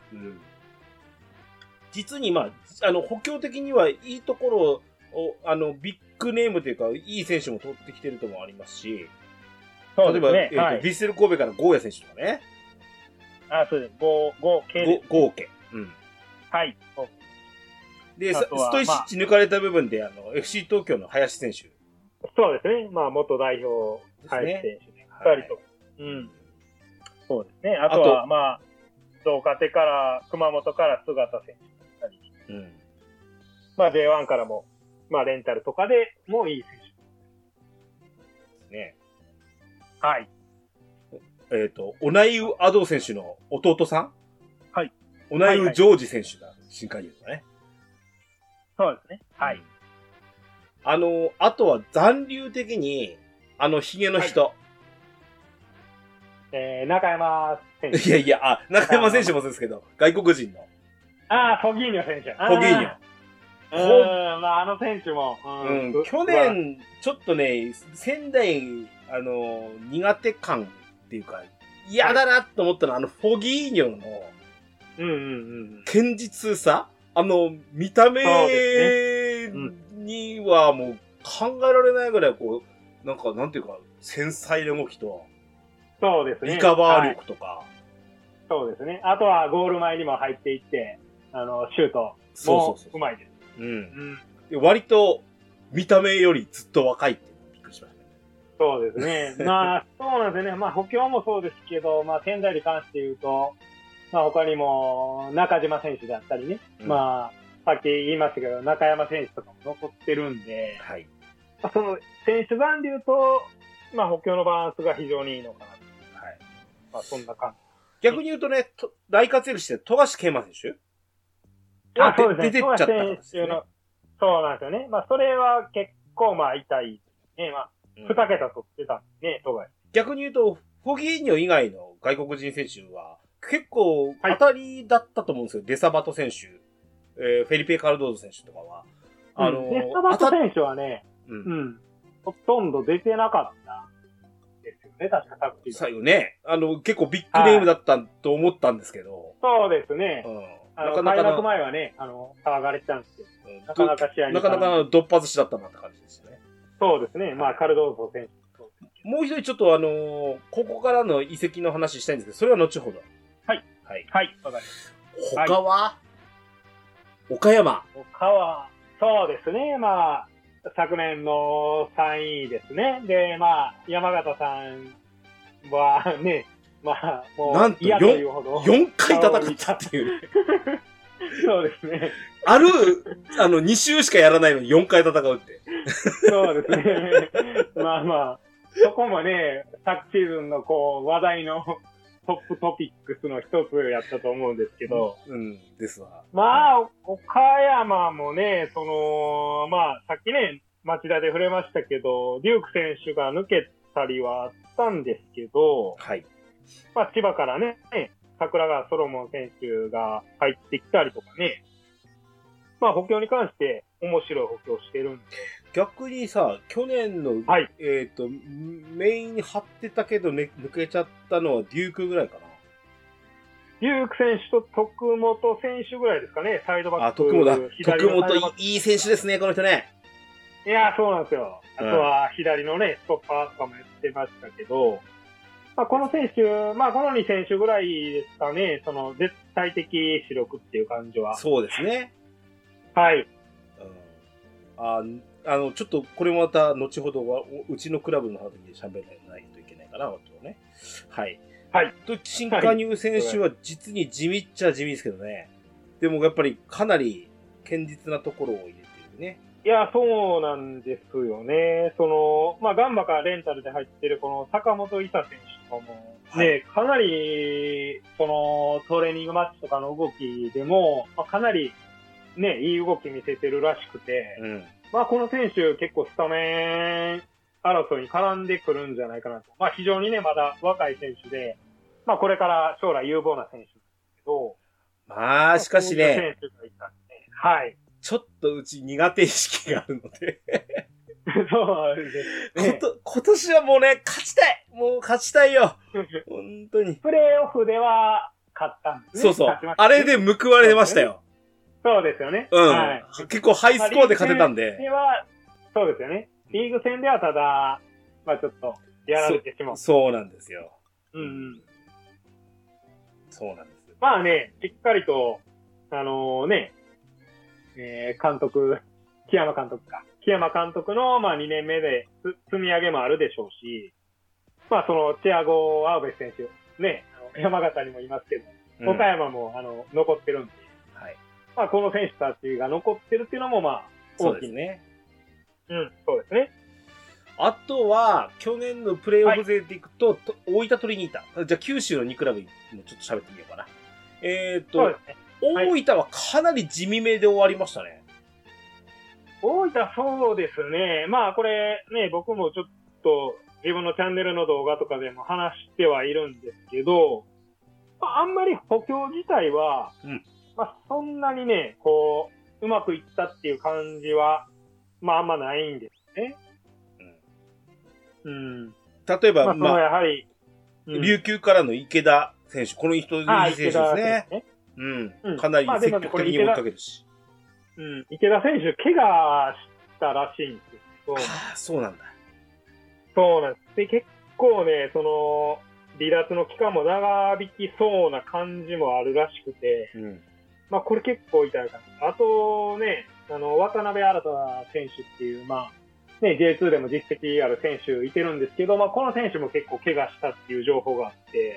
実に補強的にはいいところを、ビッグネームというか、いい選手も取ってきてるともありますし、 そうですね。 例えば、ヴィッセル神戸からゴーヤ選手とかね。 そうです。ゴーケ。はい。 で、ストイシッチ抜かれた部分で、FC 東京の林選手。 そうですね。まあ、元代表、林選手で、2人と。そうですね。あとは、まあ、同家庭から、熊本から姿選手。まあ J1 からも、まあレンタルとかでもいい選手。 ですね。 はい。 オナイウ・アドー選手の弟さん？ はい。 オナイウ・ジョージ選手が新加入だね。 そうですね。はい。 あとは残留的に、ヒゲの人。 中山選手。 いや、中山選手もそうですけど、外国人の。 フォギーニョ選手。 フォギーニョ。 まあ、選手も。 去年、ちょっとね、仙台、苦手感っていうか、嫌だなと思ったのは、フォギーニョの、堅実さ見た目にはもう考えられないぐらい、こう、なんていうか、繊細な動きと、 そうですね。 リカバー力とか。 そうですね。あとはゴール前にも入っていって、シュートもうまいです。 割と見た目よりずっと若いってびっくりしましたね。 そうですね。まあ、そうなんですよね。まあ、補強もそうですけど、まあ、仙台に関して言うと、まあ、他にも中島選手だったりね。まあ、さっき言いましたけど、中山選手とかも残ってるんで、 はい。 まあ、その選手残留と、まあ、補強のバランスが非常にいいのかな。 はい。 まあ、そんな感じ。 逆に言うとね、大活躍して富樫啓馬選手そうですね。 出てっちゃったからですね。 そうなんですよね。まあ、それは結構、まあ、痛い。ね、まあ、2桁取ってたんでね、富樫。 逆に言うと、フォギーニョ以外の外国人選手は、結構当たりだったと思うんですよ。デサバト選手、フェリペ・カルドーゾ選手とかは。 バト選手はね、ほとんど出てなかったんですよね、確か昨シーズン。 最後ね、結構ビッグネームだったと思ったんですけど。 そうですね。開幕前はね、騒がれてたんですけど、なかなか試合に。 なかなかドッパ寿司だったなって感じですね。 そうですね。まあ、カルドーゾ選手。 もう一人ちょっとここからの移籍の話したいんですけど、それは後ほど。 はい。 はい。 はい。わかります。 他は、岡山。 他は、そうですね。まあ、昨年の3位ですね。で、まあ、山形さんはね、まあ、もう、 なんと嫌というほど 4回戦ったっていう。 そうですね。 2週しかやらないのに4回戦うって。 そうですね。まあまあ、そこもね、昨シーズンの話題のトップトピックスの一つやったと思うんですけど。 ですわ。 まあ、岡山もね、まあ、さっきね、町田で触れましたけど、デューク選手が抜けたりはあったんですけど、 はい。 まあ、千葉からね、桜川ソロモン選手が入ってきたりとかね、まあ補強に関して面白い補強してるんで。 逆にさ、去年の、 はい、 メインに張ってたけど、抜けちゃったのはデュークぐらいかな。 デューク選手と徳本選手ぐらいですかね、サイドバック。 徳本いい選手ですね、この人ね。 いや、そうなんですよ。あとは左のね、ストッパーとかもやってましたけど、まあ、この選手、まあ、この2選手ぐらいですかね、絶対的主力っていう感じは。 そうですね。 はい。 ちょっとこれもまた後ほどはうちのクラブの話で喋らないといけないかな、とね。はい。 はい。 新加入選手は実に地味っちゃ地味ですけどね。でもやっぱりかなり堅実なところを入れてるね。 いや、そうなんですよね。まあ、ガンバからレンタルで入ってるこの坂本伊佐選手とかも、ね、かなり、トレーニングマッチとかの動きでも、まあ、かなり、ね、いい動き見せてるらしくて、まあ、この選手結構スタメン争いに絡んでくるんじゃないかなと。まあ、非常にね、まだ若い選手で、まあ、これから将来有望な選手なんですけど、 まあ、しかしね、 はい。 ちょっとうち苦手意識があるのでそうですね。 今年はもうね、勝ちたいもう勝ちたいよ本当に。 プレーオフでは勝ったんですね。 そうそう。あれで報われましたよ。 そうですよね。 はい。結構ハイスコアで勝てたんで。 そうですよね。リーグ戦ではただ、まあちょっと、やられてしまう。 そうなんですよ。そうなんです。 まあね、しっかりと、監督、木山監督の、まあ2年目で積み上げもあるでしょうし、まあチアゴ・アウベス選手、ね、山形にもいますけど、岡山も残ってるんで、はい。まあこの選手たちが残ってるっていうのもまあ大きいね。そうですね。 あとは、去年のプレイオフ勢でいくと、大分トリニータ。じゃあ九州の2クラブにもちょっと喋ってみようかな。 そうですね。 大分はかなり地味めで終わりましたね。 大分そうですね。まあこれね、僕もちょっと自分のチャンネルの動画とかでも話してはいるんですけど、まあ、あんまり補強自体は、まあそんなにね、うまくいったっていう感じは、まああんまないんですね。 例えば、 まあ、やはり、 琉球からの池田選手、この人いい選手ですね。かなり積極的に追いかけるし。 池田選手、怪我したらしいんですけど。 そうなんだ。 そうなんです。で、結構ね、離脱の期間も長引きそうな感じもあるらしくて、まあ、これ結構痛いかな。あとね、渡辺新選手っていう、まあ、ね、J2 でも実績ある選手いてるんですけど、まあ、この選手も結構怪我したっていう情報があって、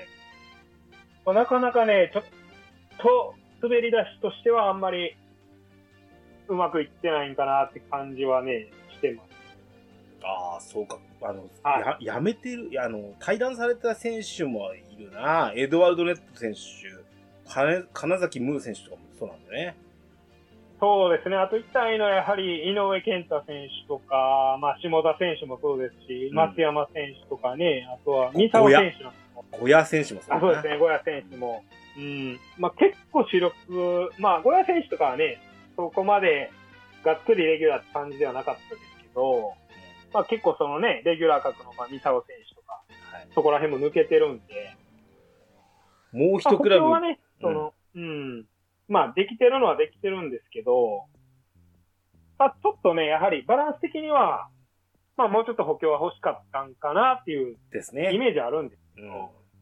まあ、なかなかね、ちょっと滑り出しとしてはあんまりうまくいってないんかなって感じはね、してます。 ああ、そうか。やめてる、退団された選手もいるな。エドワルド・ネット選手、金崎ムー選手とかもそうなんだね。 そうですね。あと1体のやはり井上健太選手とか、まあ下田選手もそうですし、松山選手とかね、あとは三沢選手なんかも。 小谷選手もそうですね、小谷選手も。まあ結構主力、まあ小谷選手とかはね、そこまでがっつりレギュラーって感じではなかったですけど、まあ結構そのね、レギュラー格の三沢選手とか、はい、そこら辺も抜けてるんで、 もう一クラブ。 補強はね、まあできてるのはできてるんですけど、まあちょっとね、やはりバランス的には、まあもうちょっと補強は欲しかったんかなっていうイメージあるんですけど、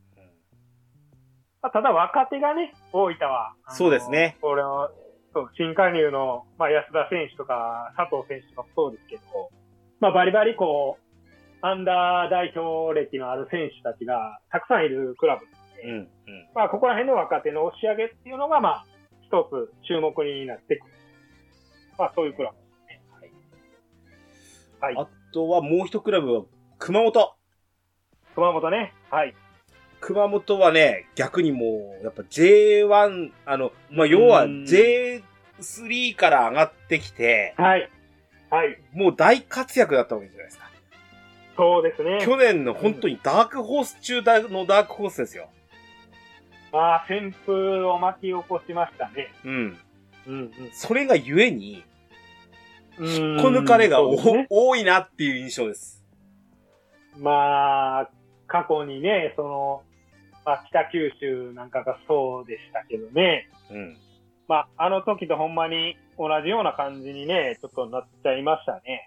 まあ、ただ若手がね、大分は。 そうですね。 これは、新加入の、まあ安田選手とか佐藤選手とかもそうですけど、まあバリバリこう、アンダー代表歴のある選手たちがたくさんいるクラブで、まあここら辺の若手の押し上げっていうのが、まあ一つ注目になってくる。まあそういうクラブですね。 はい。あとはもう一クラブは熊本。 熊本ね。はい。 熊本はね、逆にもう、やっぱ J1、まあ、要は J3 から上がってきて、 はい。はい。 もう大活躍だったわけじゃないですか。 そうですね。 去年の本当にダークホース中のダークホースですよ。 まあ、旋風を巻き起こしましたね。 それがゆえに、引っこ抜かれが、多いなっていう印象です。 まあ、過去にね、まあ、北九州なんかがそうでしたけどね。まあ、あの時とほんまに同じような感じにね、ちょっとなっちゃいましたね。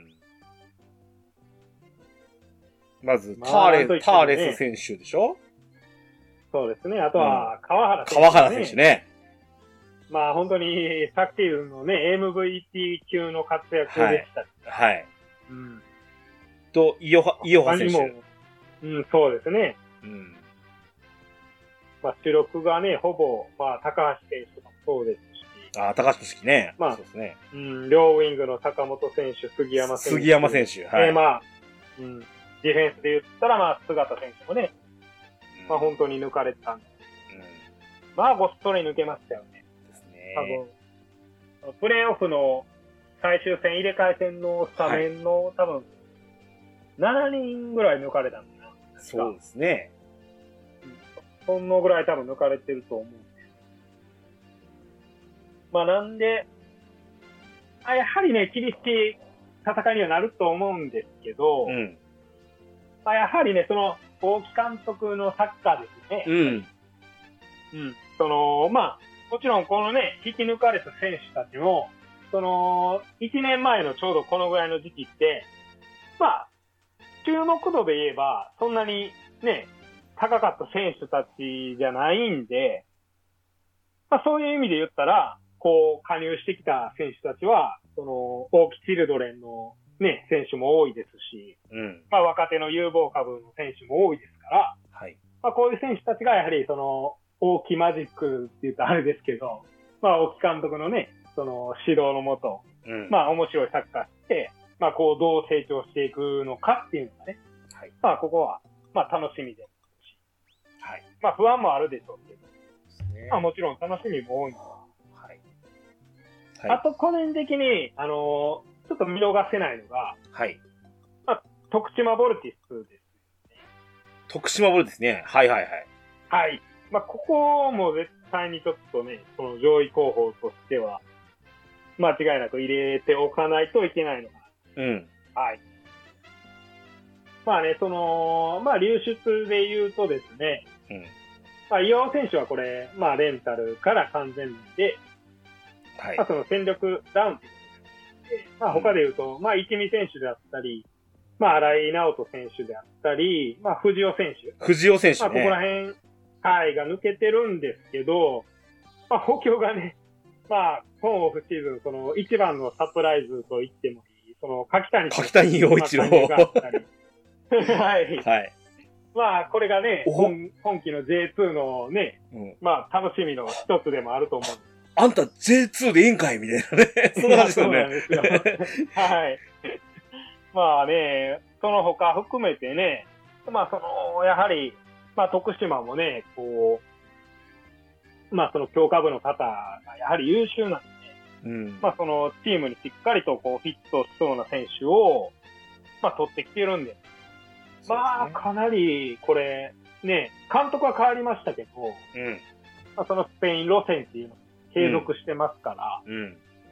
まず、ターレス選手でしょ？ そうですね。あとは、川原選手、 ね。川原選手ね。 まあ、本当に、昨シーズンのね、MVP 級の活躍でした。 はい。と、イオハ選手。 そうですね。まあ、主力がね、ほぼ、まあ、高橋選手とかもそうですし。 高橋式ね。 まあ、 そうですね。 両ウィングの坂本選手、杉山選手。はい。まあ、ディフェンスで言ったら、まあ、姿選手もね、まあ、本当に抜かれてたんで。まあ、ごっそり抜けましたよね。 ですね。 多分、プレーオフの最終戦、入れ替え戦のスタメンの、多分、7人ぐらい抜かれたんだな。 そうですね。 そのぐらい多分抜かれてると思うんで。まあなんで、やはりね、厳しい戦いにはなると思うんですけど、まあやはりね、大木監督のサッカーですね。まあ、もちろんこのね、引き抜かれた選手たちも、1年前のちょうどこのぐらいの時期って、まあ、注目度で言えば、そんなにね、高かった選手たちじゃないんで、まあそういう意味で言ったら、こう、加入してきた選手たちは、大木チルドレンのね、選手も多いですし、まあ若手の有望株の選手も多いですから、まあこういう選手たちがやはり大木マジックって言ったらあれですけど、まあ大木監督のね、指導のもと、まあ面白いサッカーして、まあこうどう成長していくのかっていうのがね、まあここは、まあ楽しみで。まあ不安もあるでしょうけど、まあもちろん楽しみも多いんです。あと個人的に、ちょっと見逃せないのが、まあ、徳島ボルティスです、ね。 徳島ボルティスね。はい。 まあここも絶対にちょっとね、上位候補としては、間違いなく入れておかないといけないのかな。まあね、まあ流出で言うとですね、まあ、岩尾選手はこれ、まあ、レンタルから完全で、まあ、戦力ダウンということで、まあ、他で言うと、まあ、一味選手であったり、まあ、新井直人選手であったり、まあ、藤尾選手。 ね。 まあ、ここら辺、が抜けてるんですけど、まあ、補強がね、まあ、今オフシーズン、一番のサプライズと言ってもいい、 柿谷陽一郎。 まあ、これがね、今期の J2 のね、まあ、楽しみの一つでもあると思う。 あんた J2 でいいんかいみたいなね。そんな感じですよね。 そうなんですよ。まあね、その他含めてね、まあ、やはり、まあ、徳島もね、こう、まあ、強化部の方がやはり優秀なんで、まあ、チームにしっかりとこう、フィットしそうな選手を、まあ、取ってきてるんで、まあ、かなり、これ、ね、監督は変わりましたけど、まあ、スペイン路線っていうのを継続してますから、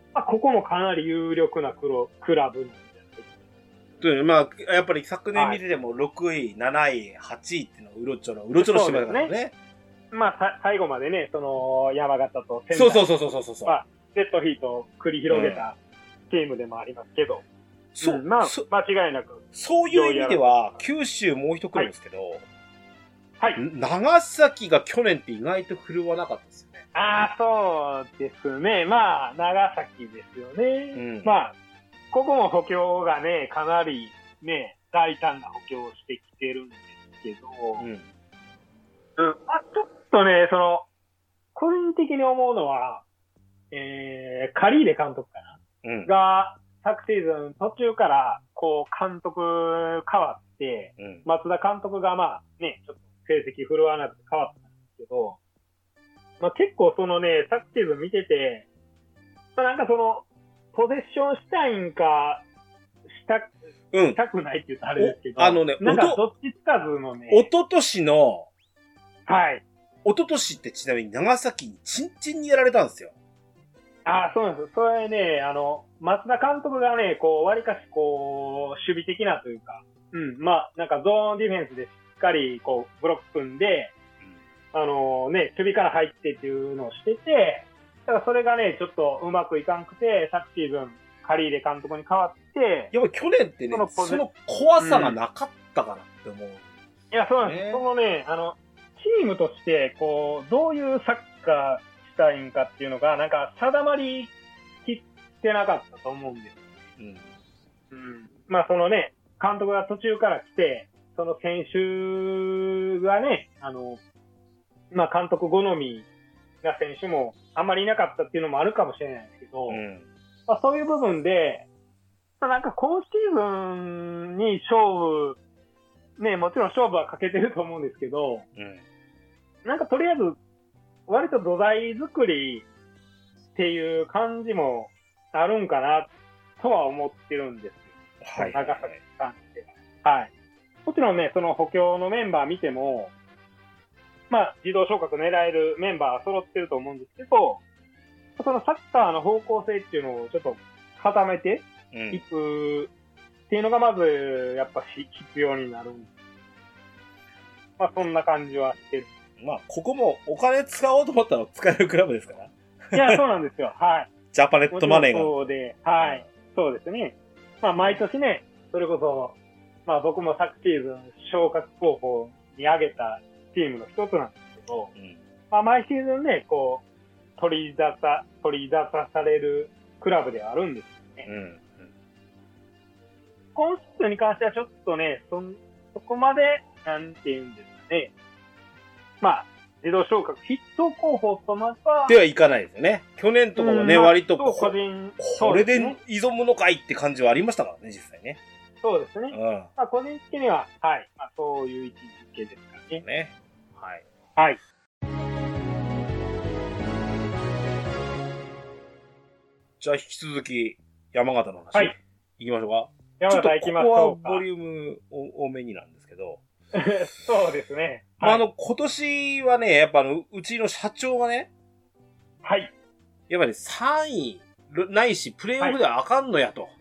ここもかなり有力なクラブなんです。まあ、やっぱり昨年見てても6位、7位、8位っていうのをうろちょろしてましたからね。 まあ、最後までね、山形と仙台。そう。 まあ、デッドヒートを繰り広げたチームでもありますけど。まあ、間違いなく。 そういう意味では、九州もう一組ですけど、 はい。 長崎が去年って意外と振るわなかったですよね。 そうですね。まあ、長崎ですよね。まあ、ここも補強がね、かなりね、大胆な補強をしてきてるんですけど、まあ、ちょっとね、個人的に思うのは、カリーレ監督かな、が、昨シーズン途中から、監督変わって、松田監督がまあね、ちょっと成績振るわなくて変わったんですけど、まあ結構昨シーズン見てて、なんかポゼッションしたいんか、したくないって言ったらあれですけど、なんかどっちつかずのね、 一昨年の、 はい。 一昨年ってちなみに長崎にチンチンにやられたんですよ。 そうなんです。それね、松田監督がね、割かし守備的なというか、まあ、なんかゾーンディフェンスでしっかり、ブロック組んで、守備から入ってっていうのをしてて、だからそれがね、ちょっとうまくいかんくて、昨シーズン、カリーレ監督に変わって、 やっぱり去年ってね、その怖さがなかったかなって思う。 いや、そうなんです。チームとして、どういうサッカーしたいんかっていうのが、なんか定まりきってなかったと思うんです。まあ監督が途中から来て、その選手がね、まあ監督好みな選手もあんまりいなかったっていうのもあるかもしれないですけど、まあそういう部分で、なんか今シーズンに勝負、ね、もちろん勝負はかけてると思うんですけど、なんかとりあえず、割と土台作りっていう感じもあるんかなとは思ってるんですよ。長崎に関しては。はい。もちろんね、その補強のメンバー見ても、まあ、自動昇格狙えるメンバーは揃ってると思うんですけど、そのサッカーの方向性っていうのをちょっと固めていくっていうのがまず、やっぱ必要になる。まあ、そんな感じはしてる。 まあ、ここもお金使おうと思ったら使えるクラブですから。 いや、そうなんですよ。はい。 ジャパネットマネーが。 そうで、はい。そうですね。まあ、毎年ね、それこそ、まあ僕も昨シーズン昇格候補に挙げたチームの一つなんですけど、まあ毎シーズンね、取り出されるクラブではあるんですよね。今シーズンに関してはちょっとね、そこまで、なんて言うんですかね。まあ、自動昇格筆頭候補とまたではいかないですよね。去年とかはね、割と個人、 これで挑むのかいって感じはありましたからね、実際ね。 そうですね。まあ、個人的には、はい。まあ、そういう位置づけですかね。 ね。はい。 はい。 じゃあ、引き続き、山形の話。 はい。 行きましょうか。 山形行きましょうか。 ここはボリューム多めになんですけど。 そうですね。 まあ、今年はね、やっぱうちの社長がね。 はい。 やっぱり3位ないし、プレイオフではあかんのやと。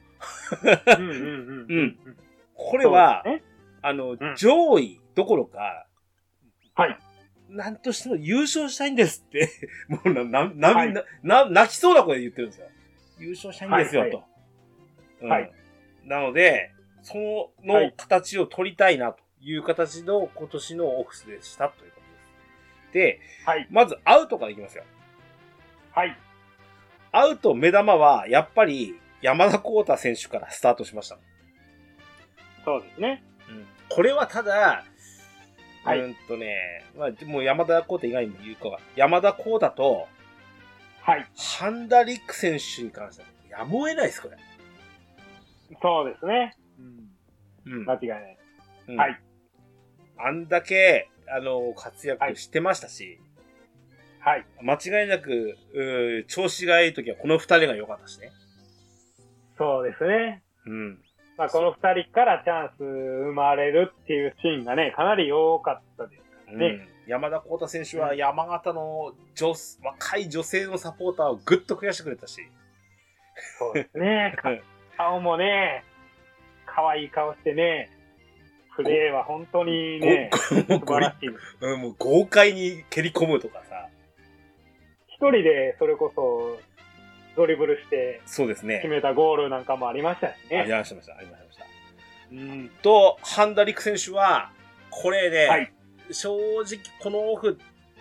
これは、上位どころか、 はい。 なんとしても優勝したいんですって、もう泣きそうな声で言ってるんですよ。優勝したいんですよ、と。はい。なので、その形を取りたいなという形の今年のオフィスでしたということです。で、まずアウトからいきますよ。 はい。 アウト目玉は、やっぱり山田幸太選手からスタートしました。 そうですね。 これはただ、まあ、もう山田幸太以外にも言うかが、山田幸太と、半田陸選手に関しては、やむを得ないです、これ。 そうですね。間違いない。はい。 あんだけ、活躍してましたし、 はい。 間違いなく、調子がいいときはこの二人が良かったしね。 そうですね。まあ、この二人からチャンス生まれるっていうシーンがね、かなり多かったですからね。 山田幸太選手は山形の若い女性のサポーターをぐっと増やしてくれたし。 そうですね。顔もね、可愛い顔してね、プレーは本当にね、素晴らしいです。 もう豪快に蹴り込むとかさ。 一人でそれこそドリブルして、 そうですね。 決めたゴールなんかもありましたしね。 ありました。と、ハンダリク選手は、これね、はい、正直このオフって、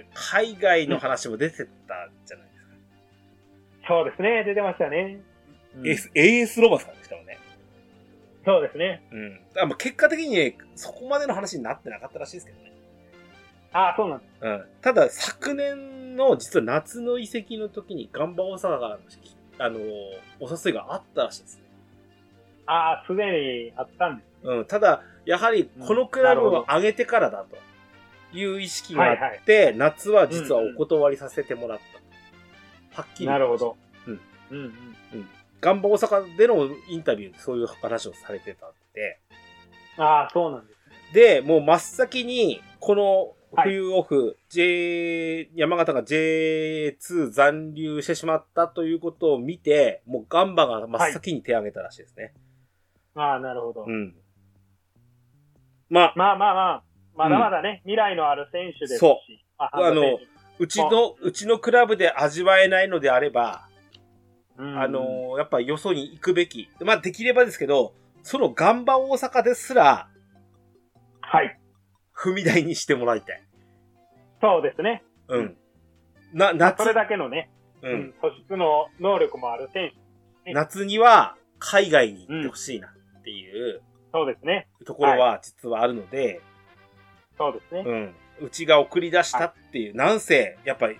海外の話も出てたじゃないですか。 そうですね、出てましたね。 AS ロバスさんでしたもんね。 そうですね。 結果的にね、そこまでの話になってなかったらしいですけどね。 ああ、そうなんです。 ただ、昨年の実は夏の移籍の時にガンバ大阪が、お誘いがあったらしいですね。 ああ、すでにあったんです。 ただ、やはりこのクラブを上げてからだという意識があって、夏は実はお断りさせてもらった。はっきり。 なるほど。 ガンバ大阪でのインタビューでそういう話をされてたんで。 ああ、そうなんです。 で、もう真っ先に、この冬オフ、山形が J2 残留してしまったということを見て、もうガンバが真っ先に手を挙げたらしいですね。 ああ、なるほど。 まだまだね、未来のある選手ですし。 そう。うちのクラブで味わえないのであれば、やっぱよそに行くべき。できればですけど、そのガンバ大阪ですら、 はい。 踏み台にしてもらいたい。 そうですね。それだけのね、素質の能力もある選手。 夏には海外に行ってほしいなっていう、 そうですね。 ところは実はあるので、 そうですね。 うちが送り出したっていう、なんせ、やっぱり、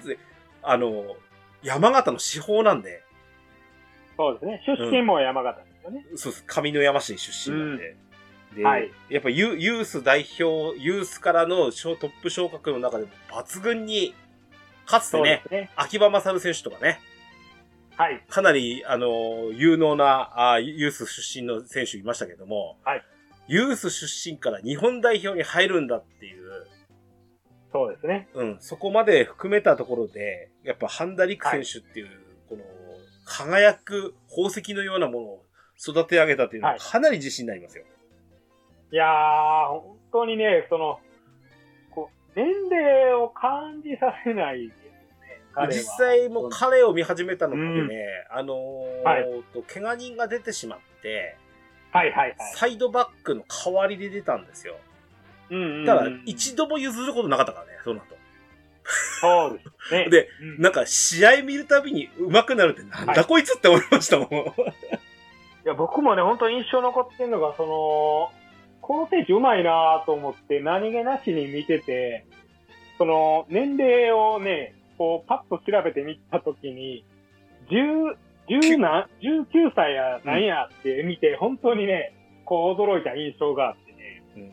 山形の司法なんで。 そうですね。出身も山形ですよね。 そうです。上山市出身なんで。で、やっぱユース代表、ユースからのトップ昇格の中でも抜群に、かつてね、秋葉勝選手とかね、 はい。 かなり、有能なユース出身の選手いましたけども、 はい。 ユース出身から日本代表に入るんだっていう、 そうですね。 そこまで含めたところで、やっぱハンダリク選手っていう、この、輝く宝石のようなものを育て上げたっていうのはかなり自信になりますよ。 いやー、本当にね、年齢を感じさせないですね。 実際もう彼を見始めたのってね、怪我人が出てしまって、サイドバックの代わりで出たんですよ。ただ、一度も譲ることなかったからね、その後。 そうですね。 で、なんか試合見るたびに上手くなるってなんだこいつって思いましたもん。いや、僕もね、本当に印象残ってるのが、この選手上手いなと思って何気なしに見てて、年齢をね、パッと調べてみたときに、19歳やなんやって見て、本当にね、驚いた印象があってね。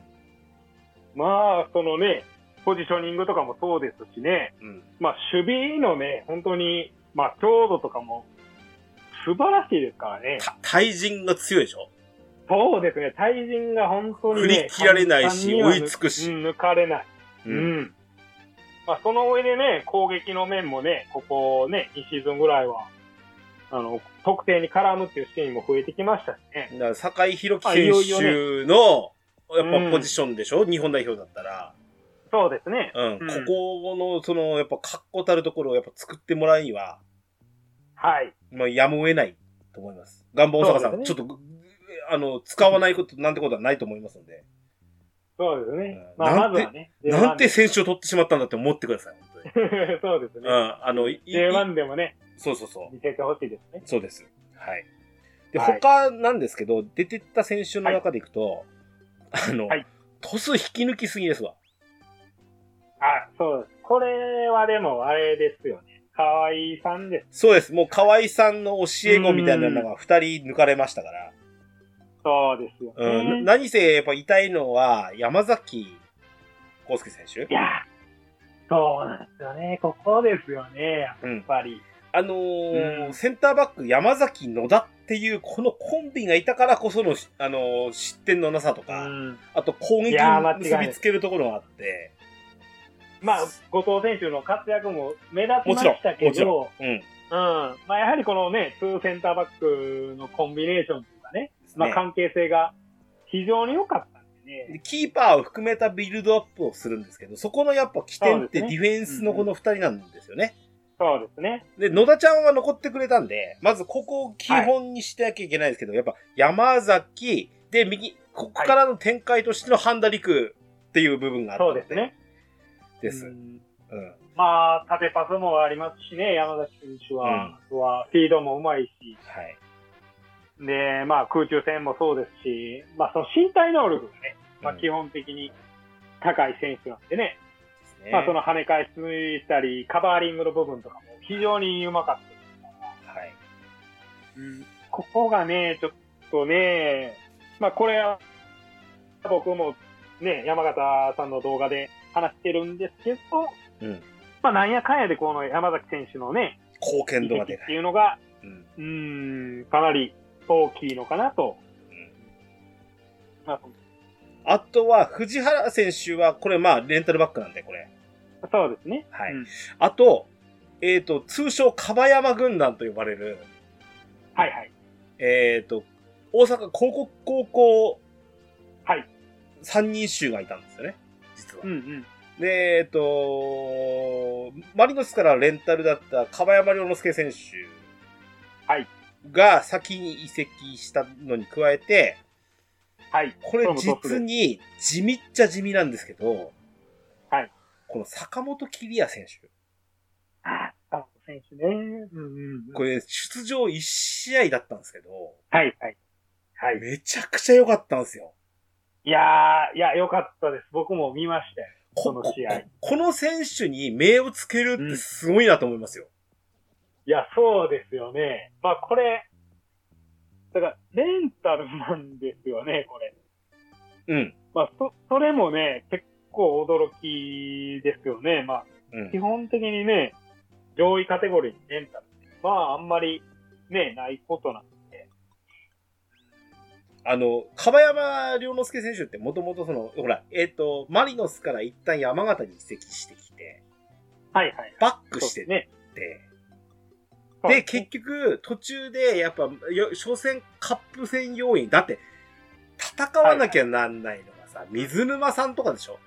ポジショニングとかもそうですしね。守備のね、本当に、強度とかも素晴らしいですからね。 対人が強いでしょ？ そうですね。対人が本当にね。 振り切られないし、追いつくし。 抜かれない。その上でね、攻撃の面もね、ここね、2シーズンぐらいは、得点に絡むっていうシーンも増えてきましたしね。 だから酒井宏樹選手の、やっぱポジションでしょ？日本代表だったら。 そうですね。 ここの、やっぱ確固たるところをやっぱ作ってもらうには、やむを得ないと思います。ガンバ大阪さん、ちょっと、使わないことなんてことはないと思いますので。 そうですね。まずはね。 なんて選手を取ってしまったんだって思ってください、本当に。 そうですね。J1 でもね。 そう。 見せてほしいですね。 そうです。はい。で、他なんですけど、出てった選手の中でいくと、トス引き抜きすぎですわ。 そうです。これはでも、あれですよね。河合さんです。 そうです。もう河合さんの教え子みたいなのが2人抜かれましたから。 そうですよね。 何せやっぱ痛いのは山崎康介選手。 いや、そうなんですよね。ここですよね。やっぱり。 センターバック山崎野田っていうこのコンビがいたからこその、失点のなさとか、あと攻撃に結びつけるところがあって、 後藤選手の活躍も目立ちましたけど、 まあやはりこのね、2センターバックのコンビネーションとかね、まあ関係性が非常に良かったんでね。 キーパーを含めたビルドアップをするんですけど、そこのやっぱ起点ってディフェンスのこの2人なんですよね。 そうですね。 で、野田ちゃんは残ってくれたんで、まずここを基本にしてなきゃいけないですけど、やっぱ山崎でここからの展開としての半田陸っていう部分があったので。 そうですね。 です。 まあ、縦パスもありますしね、山崎選手は。あとは、フィードもうまいし。 はい。 で、まあ、空中戦もそうですし、まあ、その身体能力がね、まあ、基本的に高い選手なんでね。まあ、その跳ね返したり、カバーリングの部分とかも非常にうまかったですから。はい。ここがね、ちょっとね、まあ、これは、僕もね、山形さんの動画で話してるんですけど、まあ、なんやかんやでこの山崎選手のね、 貢献度がでかいっていうのが、かなり大きいのかなと。 まあとは、藤原選手は、これまあ、レンタルバックなんで、これ。 そうですね。 はい。あと、通称、樺山軍団と呼ばれる。 はいはい。 大阪広告高校。 はい。 3人衆がいたんですよね。実は。で、マリノスからレンタルだった樺山良之介選手。 はい。 が先に移籍したのに加えて、 はい。 これ実に地味っちゃ地味なんですけど、 はい。 この坂本桐也選手。 坂本選手ね。 これ出場1試合だったんですけど、 はいはい。はい。 めちゃくちゃ良かったんですよ。 いや、良かったです。僕も見ましたよ。この試合。 この選手に名をつけるってすごいなと思いますよ。 いや、そうですよね。まあこれ、だから、レンタルなんですよね、これ。まあ、それもね、結構驚きですよね。まあ、基本的にね、上位カテゴリーにレンタルって、まあ、あんまりね、ないことなんで。 樺山良之介選手ってもともとほら、マリノスから一旦山形に移籍してきて、 はいはい。 バックしてね。で、結局、途中で、やっぱ、初戦カップ戦要員、だって、戦わなきゃなんないのがさ、水沼さんとかでしょ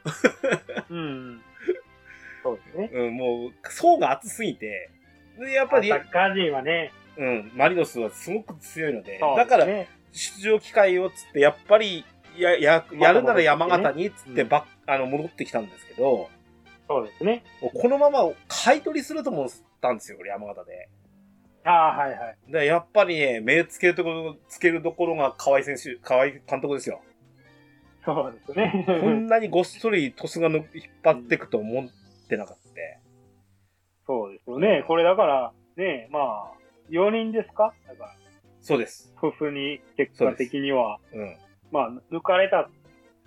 そうですね。 もう、層が厚すぎて、で、やっぱり、 サッカー人はね、 マリノスはすごく強いので、だから、出場機会をつって、やっぱり、やるなら山形に、つって、戻ってきたんですけど、 そうですね。 このまま買い取りすると思ったんですよ、これ山形で。 はいはい。 で、やっぱりね、目つけるところが河合監督ですよ。 そうですね。 こんなにごっそりトスが引っ張っていくと思ってなかった。 そうですよね。これだから、ね、まあ、4人ですかだから。 そうです。 普通に、結果的には。まあ、抜かれた。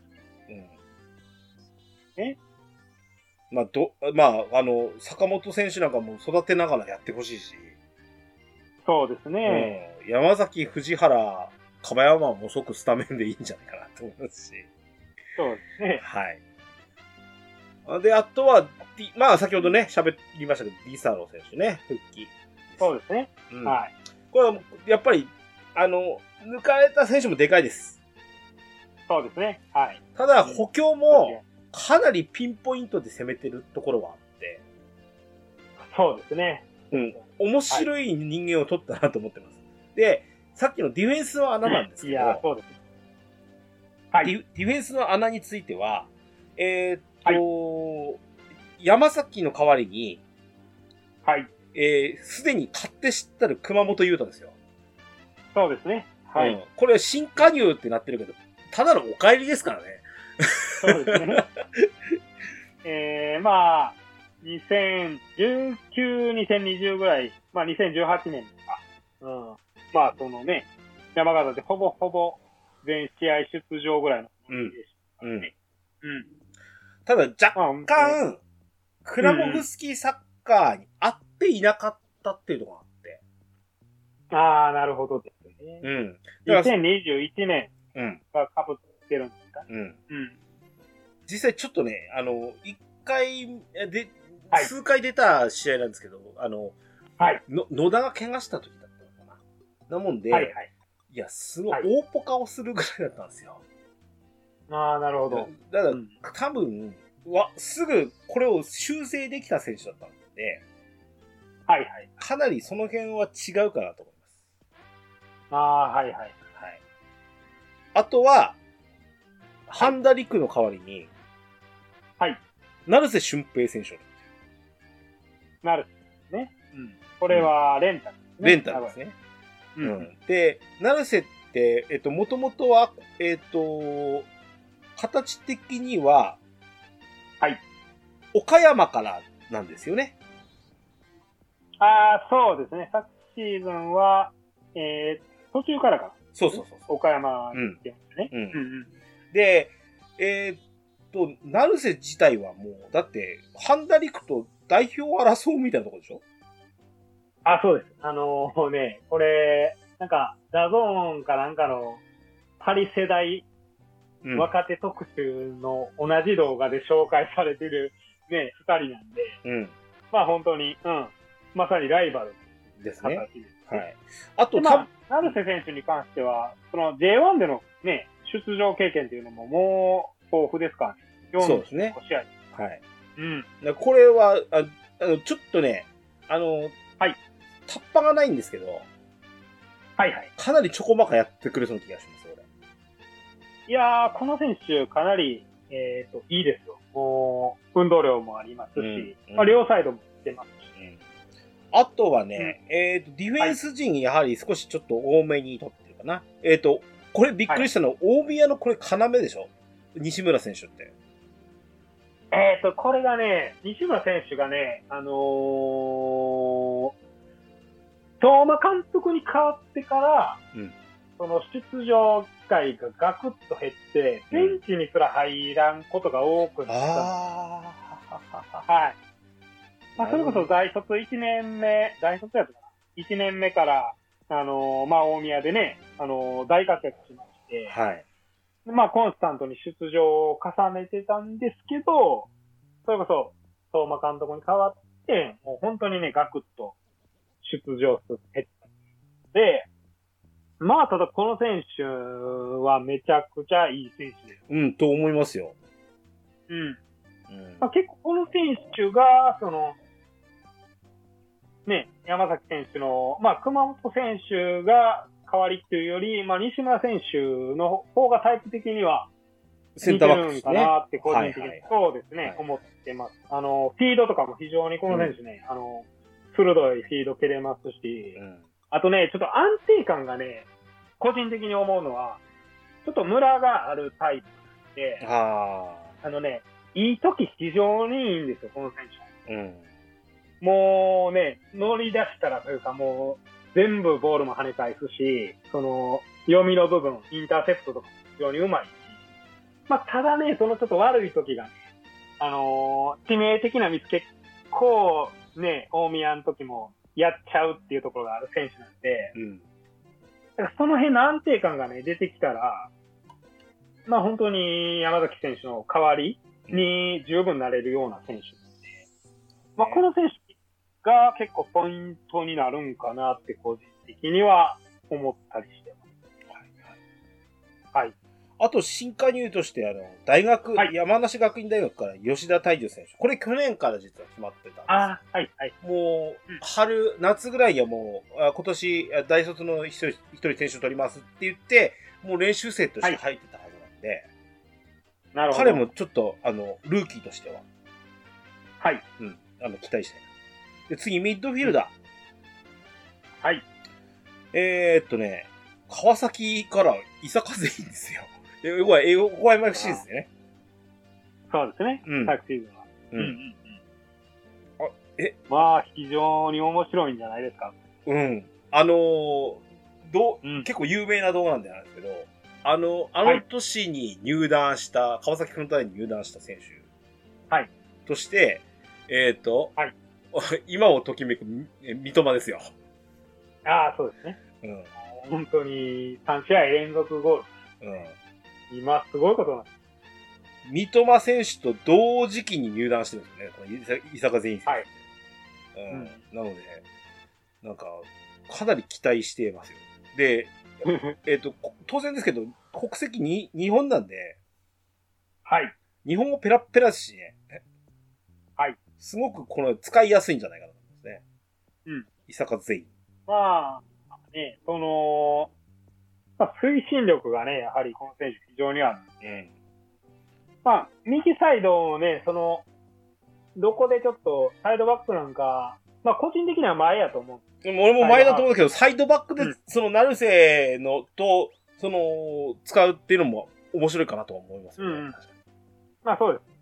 坂本選手なんかも育てながらやってほしいし。 そうですね。 山崎、藤原、樺山も即スタメンでいいんじゃないかなと思いますし。 そうですね。 はい。で、あとは、まあ先ほどね、喋りましたけど、ディサロ選手ね、復帰。 そうですね。はい。 これは、やっぱり、抜かれた選手もでかいです。 そうですね。はい。 ただ、補強も、かなりピンポイントで攻めてるところはあって。 そうですね。 面白い人間を取ったなと思ってます。で、さっきのディフェンスの穴なんですけど、 いや、そうです。 はい。ディフェンスの穴については、山崎の代わりに、 はい。 すでに勝手知ったる熊本優太ですよ。 そうですね。はい。 これ新加入ってなってるけど、ただのお帰りですからね。 そうですね。まあ、2019、2020ぐらい、まあ2018年とか、まあそのね、山形でほぼほぼ全試合出場ぐらいのでしたね。 ただ若干、クラモフスキーサッカーに合っていなかったっていうのがあって。 ああ、なるほどですね。2021年が被ってるんですか？ 実際ちょっとね、一回で、数回出た試合なんですけど、 はい。 野田が怪我した時だったのかな。なもんで、 はいはい。 いや、すごい大ポカをするぐらいだったんですよ。 ああ、なるほど。 だから、多分、すぐこれを修正できた選手だったんで、 はいはい。 かなりその辺は違うかなと思います。 ああ、はいはい。はい。 あとは、半田陸の代わりに、 はい。 成瀬俊平選手を。 成瀬ね。うん。これはレンタルですね。レンタルですね。うん。で、成瀬って、もともとは、形的には、 はい。 岡山からなんですよね。 ああ、そうですね。昨シーズンは、途中からか。 そうそうそう。 岡山に行ってましたね。 うん。うん。で、成瀬自体はもう、だって、半田陸と代表を争うみたいなところでしょ？ あ、そうです。これ、なんか、ダゾーンかなんかの、パリ世代、若手特集の同じ動画で紹介されてるね、二人なんで、 うん。 まあ本当に、まさにライバルですね。 はい。 あと、 成瀬選手に関しては、その J1 でのね、出場経験っていうのももう豊富ですからね。 そうですね。 5試合。 はい。 うん。 これは、ちょっとね、はい。タッパがないんですけど、 はいはい。 かなりちょこまかやってくれそうな気がします、俺。 いやー、この選手かなり、いいですよ。もう、運動量もありますし、まあ、両サイドも出ますし。 あとはね、ディフェンス陣やはり少しちょっと多めに取ってるかな。これびっくりしたのは、大宮のこれ要でしょ？西村選手って。 これがね、西村選手がね、相馬監督に変わってから、その出場機会がガクッと減って、ベンチにすら入らんことが多くなった。はい。まあ、それこそ大卒1年目、大卒やったかな ?1 年目から、まあ、大宮でね、大活躍しまして、 はい。 まあ、コンスタントに出場を重ねてたんですけど、それこそ、相馬監督に変わって、もう本当にね、ガクッと出場数減った。で、まあ、ただこの選手はめちゃくちゃいい選手です。 うん、と思いますよ。 まあ、結構この選手が、ね、山崎選手の、まあ、熊本選手が代わりっていうより、まあ、西村選手の方がタイプ的には、似てるんかなって個人的に、そうですね、思ってます。フィードとかも非常にこの選手ね、鋭いフィード蹴れますし、あとね、ちょっと安定感がね、個人的に思うのは、ちょっとムラがあるタイプで、いい時非常にいいんですよ、この選手。もうね、乗り出したらというかもう、全部ボールも跳ね返すし、読みの部分、インターセプトとかも非常にうまいし、まあ、ただね、そのちょっと悪い時がね、致命的なミス結構ね、大宮の時もやっちゃうっていうところがある選手なんで、だからその辺の安定感がね、出てきたら、まあ本当に山崎選手の代わりに十分なれるような選手なんで、まあこの選手が結構ポイントになるんかなって個人的には思ったりしてます。はい。 あと、新加入として、大学、山梨学院大学から吉田大樹選手。これ去年から実は決まってたんです。 はい。 もう、夏ぐらいにはもう、今年、大卒の一人選手を取りますって言って、もう練習生として入ってたはずなんで、 なるほど。 彼もちょっと、ルーキーとしては、 はい。 期待したい。で、次、ミッドフィルダー。はい。 川崎から伊佐和いいんですよ。横浜 FC ですね。 そうですね。昨シーズンは。まあ、非常に面白いんじゃないですか。 結構有名な動画なんですけど、年に入団した、川崎フロンターレに入団した選手。 はい。 として、今をときめく三笘ですよ。 ああ、そうですね。本当に3試合連続ゴール。今、すごいことなんです。 三笘選手と同時期に入団してるんですよね。この伊坂全員選手。 はい。 なので、 なんか、かなり期待していますよ。で、当然ですけど、国籍に日本なんで、 はい。 日本語ペラッペラしね、 はい。 すごくこの使いやすいんじゃないかなと思いますね。 うん。 伊坂全員。 まあ、ね、推進力がね、やはりこの選手非常にあるんで、まあ、右サイドをね、どこでちょっと、サイドバックなんか、まあ、個人的には前やと思う。 でも俺も前だと思うんだけど、サイドバックで、成瀬のと、使うっていうのも面白いかなと思いますよね。 まあそうです。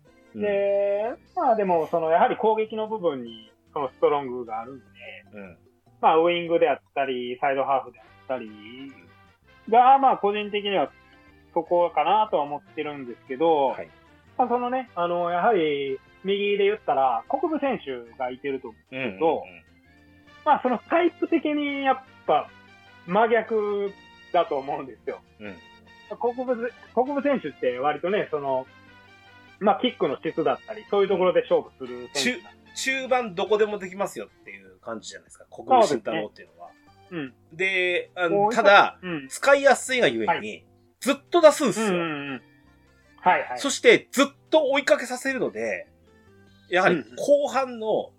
で、まあでも、やはり攻撃の部分に、ストロングがあるんで、まあウイングであったり、サイドハーフであったりが、まあ個人的にはそこかなとは思ってるんですけど、まあね、やはり、右で言ったら、国分選手がいてると思うんですけど、まあタイプ的にやっぱ真逆だと思うんですよ。国分選手って割とね、まあキックの質だったり、そういうところで勝負する選手。 中盤どこでもできますよっていう感じじゃないですか、国分慎太郎っていうのは。で、ただ、使いやすいがゆえに、ずっと出すんですよ。そして、ずっと追いかけさせるので、やはり後半の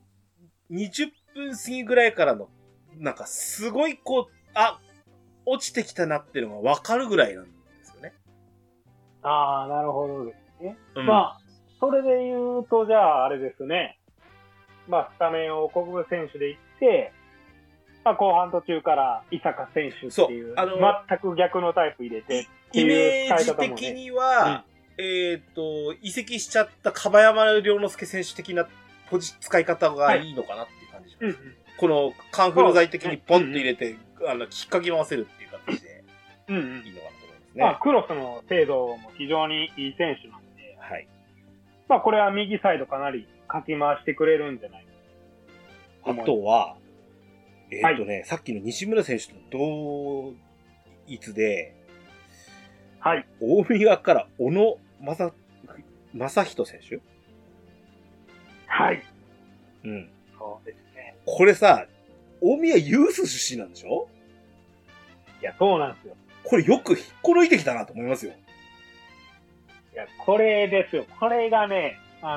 20分過ぎぐらいからの、なんかすごい落ちてきたなっていうのがわかるぐらいなんですよね。 ああ、なるほどですね。まあ、それで言うと、じゃああれですね。まあ、スタメンを国分選手で行って、まあ、後半途中から伊坂選手っていう、全く逆のタイプ入れてイメージ的には、移籍しちゃった樺山良之介選手的な使い方がいいのかなっていう感じします。このカンフル剤的にポンと入れて、きっかき回せるっていう形で、いいのかなと思いますね。 まあ、クロスの精度も非常にいい選手なんで、まあ、これは右サイドかなりかき回してくれるんじゃないかな。 あとは、さっきの西村選手と同一で、大宮から小野正人選手。 そうですね。 これさ、大宮ユース出身なんでしょ？ いや、そうなんですよ。 これよく引っこ抜いてきたなと思いますよ。 いや、これですよ。これがね、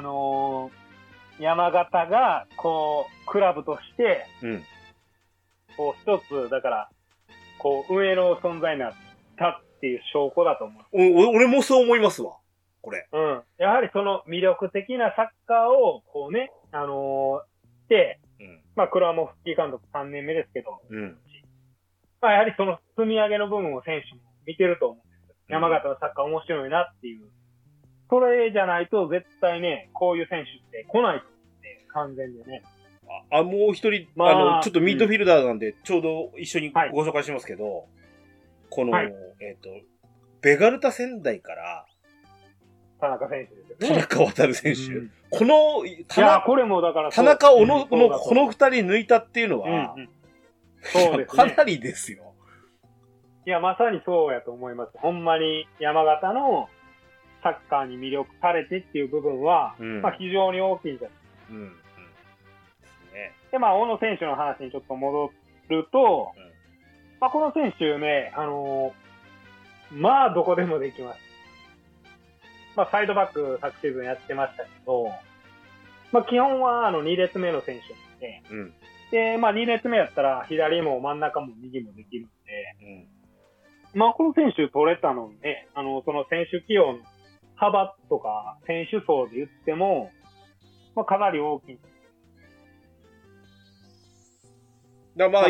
山形が、クラブとして、一つ、だから、上の存在になったっていう証拠だと思う。 俺もそう思いますわ。これ。 やはりその魅力的なサッカーを、して、まあ、黒山復帰監督3年目ですけど、まあ、やはりその積み上げの部分を選手も見てると思うんですよ。山形のサッカー面白いなっていう。それじゃないと絶対ね、こういう選手って来ないと思って、完全でね。 もう一人、ちょっとミッドフィルダーなんで、ちょうど一緒にご紹介しますけど、この、ベガルタ仙台から、 田中選手ですよね。田中航選手。この、 これもだから田中、小野、この二人抜いたっていうのは、 そうですね。 かなりですよ。 いや、まさにそうやと思います。ほんまに山形のサッカーに魅力されてっていう部分は、まあ非常に大きいんじゃないですか。で、まあ、小野選手の話にちょっと戻ると、まあ、この選手ね、まあ、どこでもできます。まあ、サイドバック昨シーズンやってましたけど、まあ、基本は2列目の選手なんで、で、まあ、2列目やったら左も真ん中も右もできるんで、まあ、この選手取れたのにね、その選手起用の幅とか選手層で言っても、まあ、かなり大きい。 だまあ、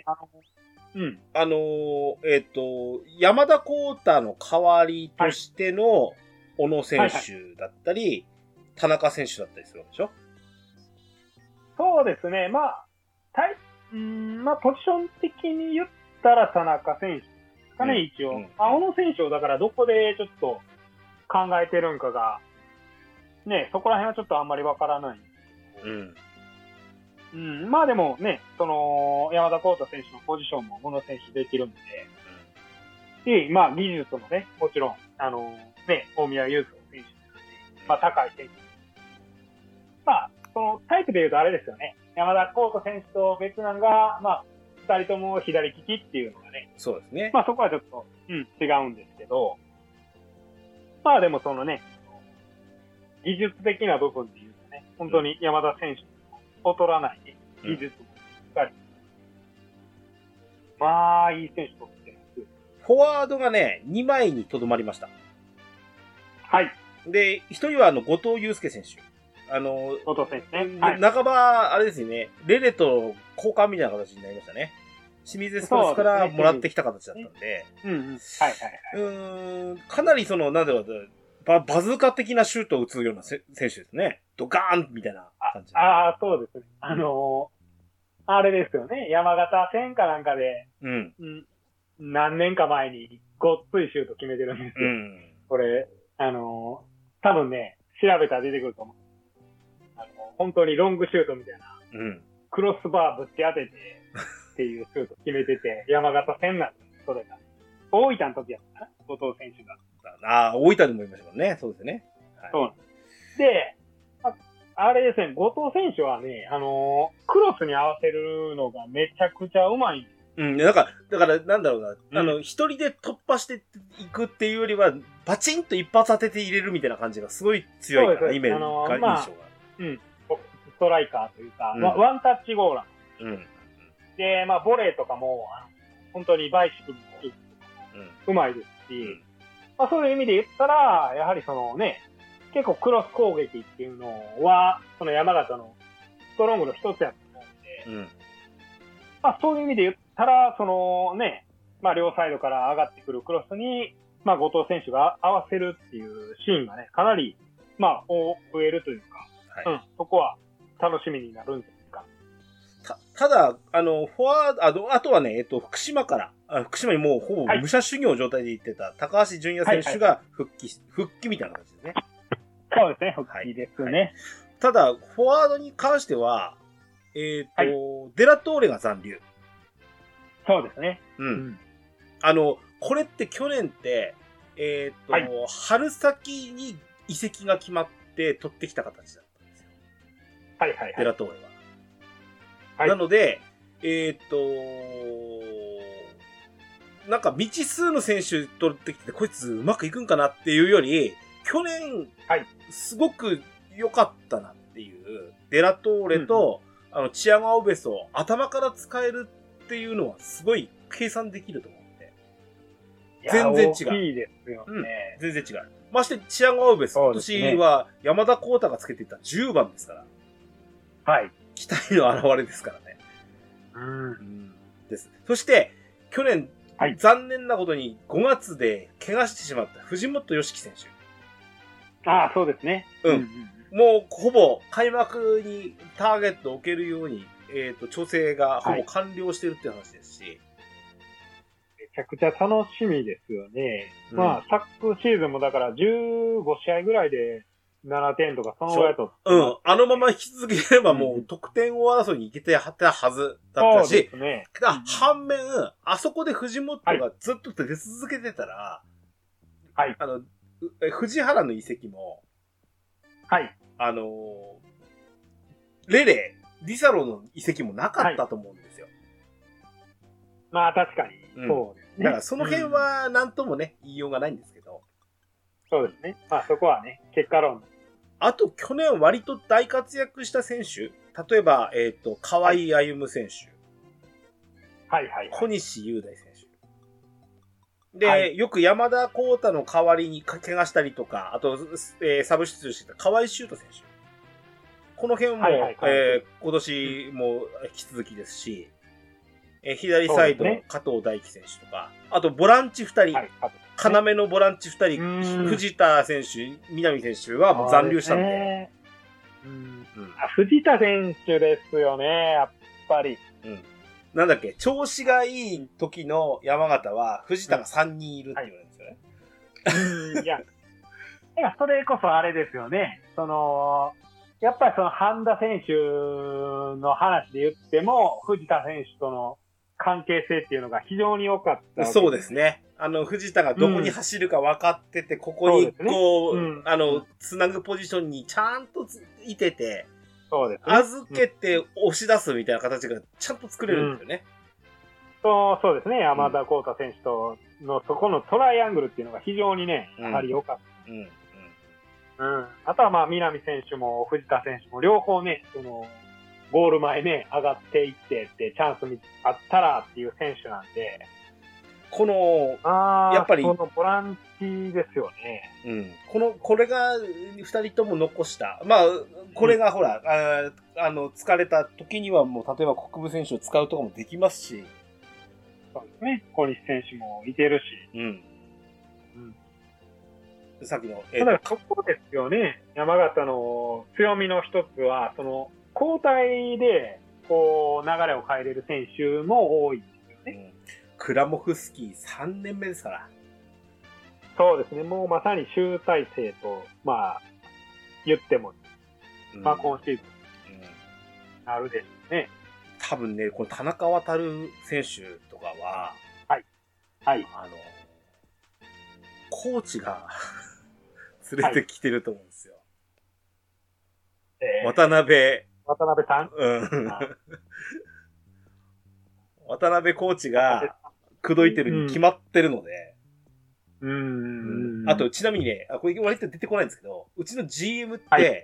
山田幸太の代わりとしての小野選手だったり、田中選手だったりするんでしょ？ そうですね。まあ、まあ、ポジション的に言ったら田中選手ですかね、一応。小野選手をだからどこでちょっと考えてるんかが、ね、そこら辺はちょっとあんまりわからないんですけど。まあでもね、山田幸太選手のポジションも小野選手できるんで、まあ技術もね、もちろん、大宮ユースの選手ですし、まあ高い選手。まあ、そのタイプで言うとあれですよね。 山田幸斗選手と別なんが、まあ、二人とも左利きっていうのがね。 そうですね。 まあそこはちょっと、違うんですけど、まあでもそのね、技術的な部分で言うとね、本当に山田選手の劣らない、ね、技術もしっかり。まあ、いい選手とってます。 フォワードがね、2枚にとどまりました。 はい。 で、一人は後藤祐介選手。 後藤選手ね。はい、 半ば、あれですよね、レレと交換みたいな形になりましたね。清水エスパルスからもらってきた形だったんで。 うんうん。はいはいはい。かなりなんだろう、バズーカ的なシュートを打つような選手ですね。ドカーンみたいな感じ。 そうですね。あれですよね。山形戦かなんかで、何年か前にごっついシュート決めてるんですよ。これ、多分ね、調べたら出てくると思う。本当にロングシュートみたいな、クロスバーぶち当ててっていうシュート決めてて、山形戦なんです、それが。大分の時やったかな、後藤選手が。 大分でも言いましたもんね。そうですね。 はい、そうなんです。で、あれですね、後藤選手はね、クロスに合わせるのがめちゃくちゃうまいんです。 だから、なんだろうな、一人で突破していくっていうよりは、バチンと一発当てて入れるみたいな感じがすごい強いから、イメージが、印象が。 ストライカーというか、ワンタッチゴーラー。で、まあ、ボレーとかも、本当にバイシクルもうまいですし、まあ、そういう意味で言ったら、やはり結構クロス攻撃っていうのは、その山形のストロングの一つやと思うんで、まあ、そういう意味で言ったら、まあ、両サイドから上がってくるクロスに、まあ、後藤選手が合わせるっていうシーンがね、かなり、まあ、増えるというか、そこは楽しみになるんですか。 ただ、フォワード、あとはね、福島福島にもうほぼ武者修行状態で行ってた高橋純也選手が復帰みたいな感じですね。 そうですね、復帰ですね。 ただ、フォワードに関しては、デラトーレが残留。 そうですね。 これって去年って、春先に移籍が決まって取ってきた形だったんですよ。デラトーレは。なので、なんか未知数の選手取ってきてこいつうまくいくんかなっていうより、去年、すごく良かったなっていう、デラトーレと、チアゴ・アウベスを頭から使えるっていうのはすごい計算できると思うんで。全然違う。 大きいですよね。 全然違う。まして、チアゴ・アウベス、今年は山田幸太がつけていた10番ですから。 はい。 期待の表れですからね。です。そして、去年、残念なことに5月で怪我してしまった藤本義樹選手。 そうですね。 もう、ほぼ開幕にターゲットを置けるように、調整がほぼ完了してるっていう話ですし。 めちゃくちゃ楽しみですよね。まあ、昨シーズンもだから15試合ぐらいで7点とかそのぐらいと。 あのまま引き続ければもう得点王争いにいけてはったはずだったし、そうですね。反面、あそこで藤本がずっと出続けてたら、藤原の移籍も、リサロの移籍もなかったと思うんですよ。 まあ確かに、そうですね。 だからその辺は何ともね、言いようがないんですけど。 そうですね。まあそこはね、結果論。 あと去年割と大活躍した選手、例えば、河合歩夢選手。小西雄大選手。で、よく山田幸太の代わりに怪我したりとか、あと、サブ出場してた河合修斗選手。この辺も、今年も引き続きですし、左サイド、加藤大輝選手とか、あとボランチ2人、要のボランチ2人、藤田選手、南選手はもう残留したんで。 藤田選手ですよね、やっぱり。 なんだっけ、調子がいい時の山形は、藤田が3人いるって言われるんですよね。 いや、それこそあれですよね。やっぱり半田選手の話で言っても、藤田選手との関係性っていうのが非常に良かった。 そうですね。藤田がどこに走るか分かってて、ここにこう、つなぐポジションにちゃんといてて、 そうですね。 預けて押し出すみたいな形がちゃんと作れるんですよね。 そうですね。山田光太選手とのそこのトライアングルっていうのが非常にね、やはり良かった。あとはまあ、南選手も藤田選手も両方ね、ゴール前ね、上がっていってって、チャンスにあったらっていう選手なんで、やっぱり、このボランチですよね。 これが二人とも残した。まあ、これがほら、疲れた時にはもう、例えば国分選手を使うとかもできますし。 そうですね。小西選手もいてるし。 さっきの、 ただそこですよね。山形の強みの一つは、交代で、こう、流れを変えれる選手も多いんですよね。 クラモフスキー3年目ですから。 そうですね。もうまさに集大成と、まあ、言っても、まあ今シーズン、なるでしょうね。 多分ね、この田中航選手とかは、コーチが連れてきてると思うんですよ。渡辺さん渡辺コーチが口説いてるに決まってるので、あと、ちなみにね、これ割と出てこないんですけど、うちの GM って、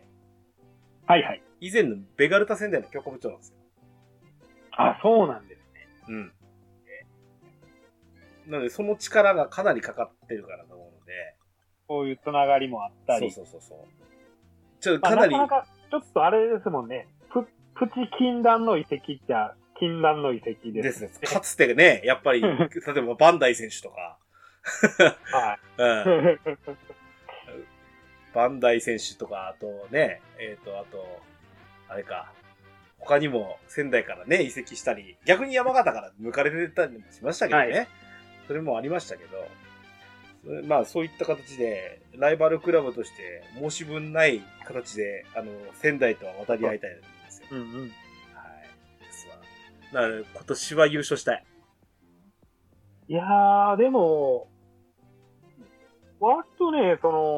以前のベガルタ仙台の強化部長なんですよ。 あ、そうなんですね。 なので、その力がかなりかかってるからと思うので。 そういうつながりもあったり。 そう。かなり。 なかなか、ちょっとあれですもんね。プチ禁断の遺跡っちゃ、禁断の遺跡です。 ですね。かつてね、やっぱり、例えばバンダイ選手とか。バンダイ選手とか、あとね、あと、あれか。他にも仙台からね、移籍したり、逆に山形から抜かれてたりもしましたけどね。それもありましたけど、まあそういった形で、ライバルクラブとして申し分ない形で、仙台とは渡り合いたいんですよ。はい。ですわ。なので、今年は優勝したい。 いやー、でも、割とね、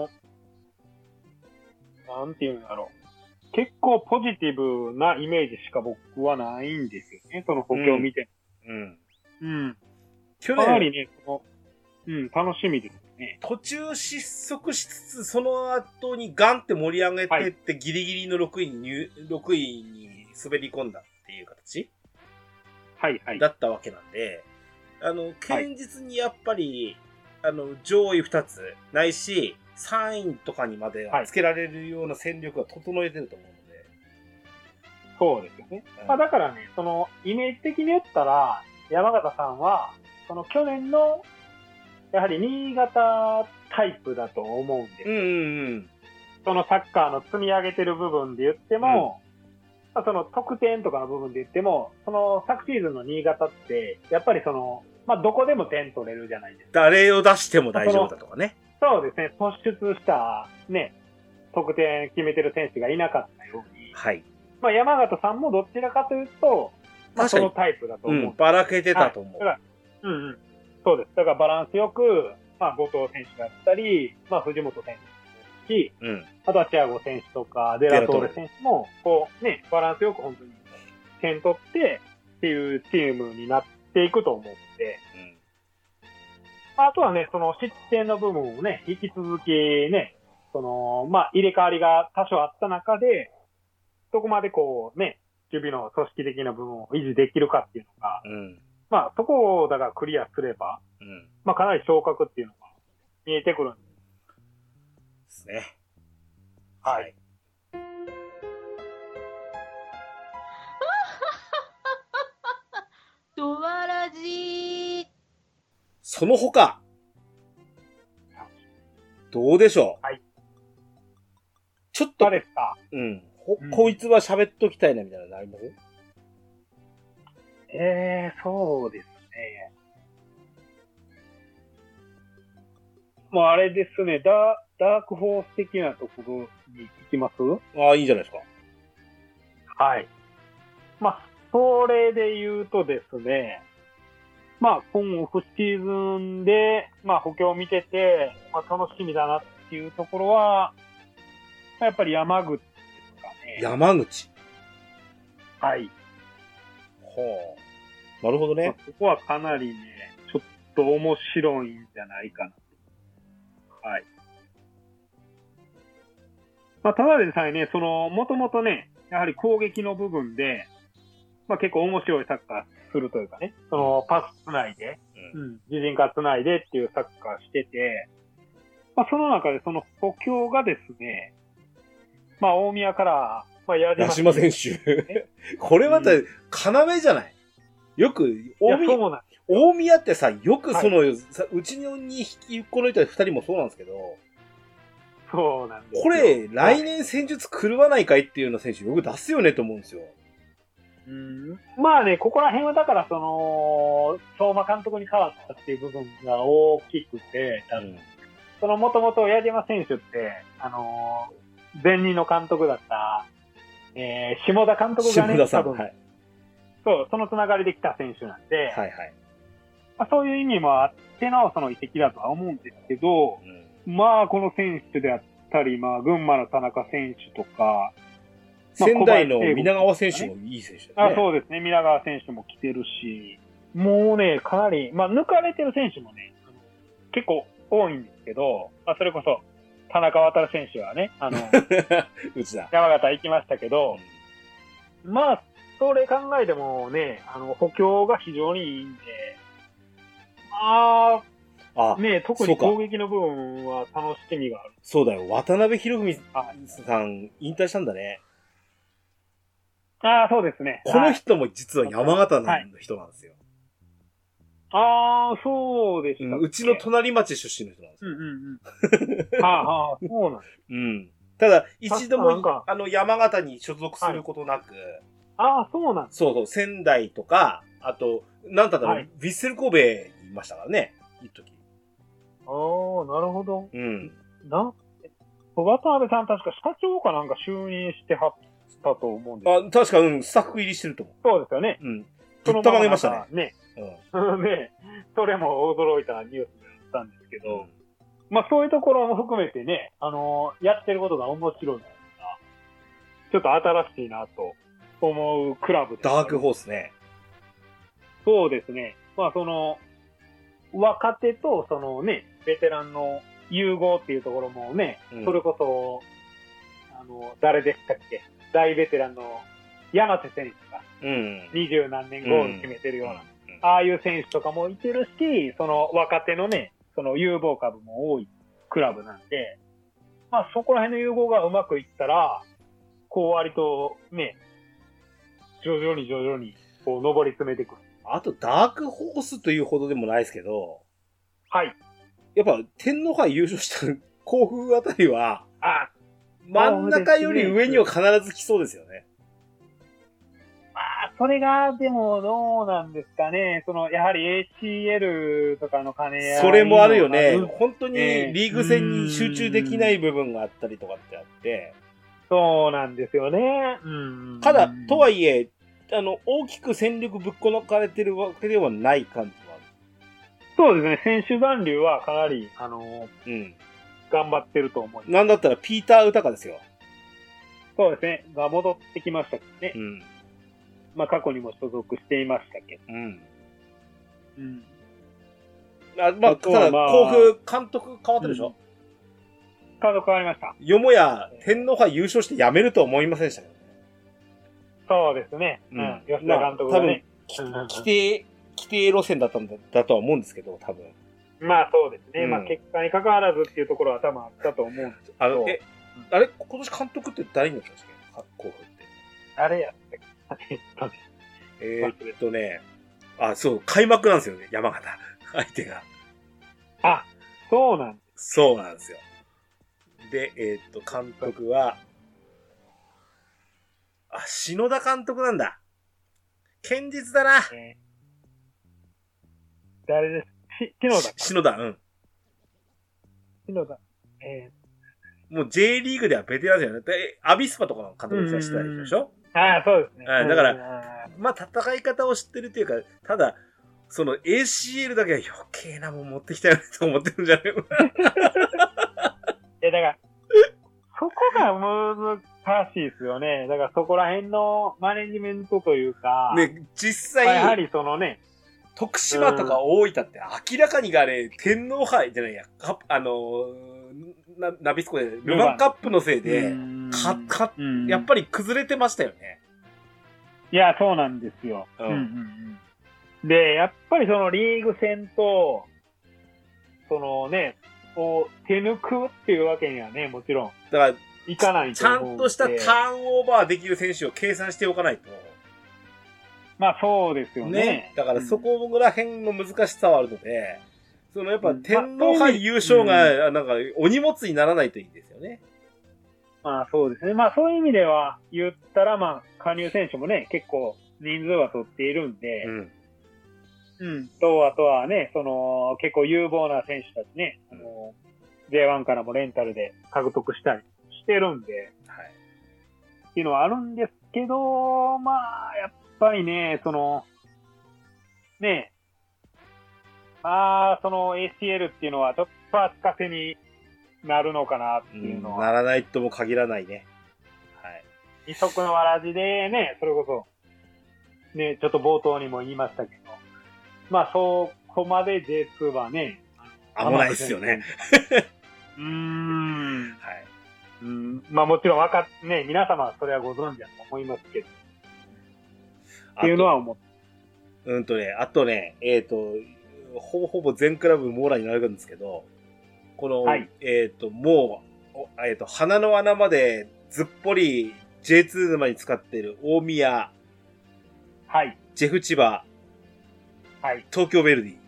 なんていうんだろう。結構ポジティブなイメージしか僕はないんですよね。その補強を見て。去年。かなりね、楽しみですね。 途中失速しつつ、その後にガンって盛り上げてって、ギリギリの6位に滑り込んだっていう形だったわけなんで、堅実にやっぱり、上位2つ、ないし、3位とかにまでつけられるような戦力が整えてると思うので。 そうですよね。まあだからね、イメージ的に言ったら、山形さんは、去年の、やはり新潟タイプだと思うんですよ。そのサッカーの積み上げてる部分で言っても、まあ、その得点とかの部分で言っても、昨シーズンの新潟って、やっぱりまあどこでも点取れるじゃないですか。 誰を出しても大丈夫だとかね。 そうですね。突出したね、得点決めてる選手がいなかったように。まあ山形さんもどちらかというと、まあそのタイプだと思う。 ばらけてたと思う。 そうです。だからバランスよく、まあ後藤選手だったり、まあ藤本選手し、あとはチアゴ選手とかデラトーレ選手も、こうね、バランスよく本当に点取ってっていうチームになっていくと思うんで、あとはね、失点の部分をね、引き続きね、まあ、入れ替わりが多少あった中で、どこまでこうね、守備の組織的な部分を維持できるかっていうのが、まあ、そこをだからクリアすれば、まあ、かなり昇格っていうのが見えてくるんですね。 はい。 ドワラジー。 その他、どうでしょう。ちょっと、 ですか。 こいつは喋っときたいなみたいなのあります？ そうですね。もうあれですね、ダークホース的なところに行きます？ いいんじゃないですか。 はい。まあ、それで言うとですね、まあ、今オフシーズンで、まあ、補強を見てて、まあ、楽しみだなっていうところは、やっぱり山口ですかね。 山口。 はい。 はあ。なるほどね。 ここはかなりね、ちょっと面白いんじゃないかな。はい。まあ、ただでさえね、もともとね、やはり攻撃の部分で、まあ結構面白いサッカーするというかね、パスつないで、自陣からつないでっていうサッカーしてて、まあその中でその補強がですね、まあ大宮から、まあ矢島選手。これまた、要じゃない。よく、大宮ってさ、よくうちに引きこの人二人もそうなんですけど、 そうなんですよ。 これ、来年戦術狂わないかいっていうような選手よく出すよねと思うんですよ。 まあね、ここら辺はだから、相馬監督に変わったっていう部分が大きくて、もともと矢島選手って、前任の監督だった、下田監督がね、多分、はい、そう、そのつながりで来た選手なんで、 はいはい。 まあ、そういう意味もあってのその移籍だとは思うんですけど、まあ、この選手であったり、まあ、群馬の田中選手とか、 仙台の皆川選手もいい選手ですね。 そうですね。皆川選手も来てるし、もうね、かなり、まあ、抜かれてる選手もね、結構多いんですけど、まあ、それこそ、田中航選手はね、 うちだ。 山形行きましたけど、まあ、それ考えてもね、補強が非常にいいんで、まあ、ね、特に攻撃の部分は楽しみがある。 そうだよ。渡辺博文さん、引退したんだね。 ああ、そうですね。 この人も実は山形の人なんですよ。 ああ、そうでした。 うちの隣町出身の人なんですよ。 はあ、そうなんです。 ただ、一度も、山形に所属することなく。 ああ、そうなんです。 そう、仙台とか、あと、なんだったら、ヴィッセル神戸にいましたからね。いい時。 ああ、なるほど。渡辺さん確か社長かなんか就任してはったと思うんです。 確か、スタッフ入りしてると思う。 そうですよね。 ぶったまげましたね。ね。それも驚いたニュースだったんですけど、まあそういうところも含めてね、やってることが面白いのが、ちょっと新しいなと思うクラブです、 ダークホースね。 そうですね。まあ若手とベテランの融合っていうところもね、それこそ、誰でしたっけ、大ベテランの山瀬選手が、20何年ゴール決めてるような、ああいう選手とかもいてるし、若手のね、有望株も多いクラブなんで、まあそこら辺の融合がうまくいったら、割とね、徐々に、上り詰めていく。 あと、ダークホースというほどでもないですけど、 はい。 やっぱ、天皇杯優勝した甲府あたりは、真ん中より上には必ず来そうですよね。 まあ、それが、でも、どうなんですかね。やはり ACL とかの兼ね合い。 それもあるよね。本当にリーグ戦に集中できない部分があったりとかってあって。 そうなんですよね。 ただ、とはいえ、大きく戦力ぶっこ抜かれてるわけではない感じはある。 そうですね。選手残留はかなり、頑張ってると思います。 なんだったらピーター・ウタカですよ。 そうですね。が戻ってきましたけどね。まあ過去にも所属していましたけど。 まあ、ただ、甲府監督変わったでしょ、 監督変わりました。 よもや、天皇杯優勝して辞めるとは思いませんでしたけどね。 そうですね。吉田監督がね。 規定路線だったんだとは思うんですけど、多分。 まあそうですね。まあ結果に関わらずっていうところは多分あったと思うんですけど。 あれ今年監督って誰になったんですか、甲府って。 あれやったそう、開幕なんですよね、山形。相手が。 そうなんです。 そうなんですよ。で、監督は、篠田監督なんだ。堅実だな。 誰です篠田、 篠田。 もう J リーグではベテランですよね。アビスパとかの監督してたでしょ。 そうですね。 だから、まあ戦い方を知ってるっていうか、ただ、ACL だけは余計なもん持ってきたよねと思ってるんじゃないのだから、そこが難難しいですよね。だからそこら辺のマネジメントというか、 ね、実際、 やはりそのね、 徳島とか大分って明らかにあれ、天皇杯じゃないや、ナビスコで、ルヴァンカップのせいで、やっぱり崩れてましたよね。 いや、そうなんですよ。で、やっぱりそのリーグ戦と、そのね、こう、手抜くっていうわけにはね、もちろん。 だから、 いかないと思う。ちゃんとしたターンオーバーできる選手を計算しておかないと。 まあそうですよね。 だからそこら辺の難しさはあるので、そのやっぱ天皇杯優勝が、なんかお荷物にならないといいんですよね。 まあそうですね。まあそういう意味では言ったら、まあ加入選手もね、結構人数は取っているんで、あとはね、その結構有望な選手たちね、J1 からもレンタルで獲得したりしてるんで、っていうのはあるんですけど、まあやっぱりね、その、ね、まあその ACL っていうのはちょっと足かせになるのかなっていうのは。 ならないとも限らないね。はい。 二足のわらじでね、それこそ、ね、ちょっと冒頭にも言いましたけど、まあそこまで J2 はね、 危ないですよね。 はい。まあもちろんね、皆様はそれはご存知だと思いますけど。っていうのは思って。 あとね、ほぼ全クラブ網羅になるんですけど、この、もう、鼻の穴までずっぽり J2 沼に使っている大宮、ジェフ千葉、東京ヴェルディ。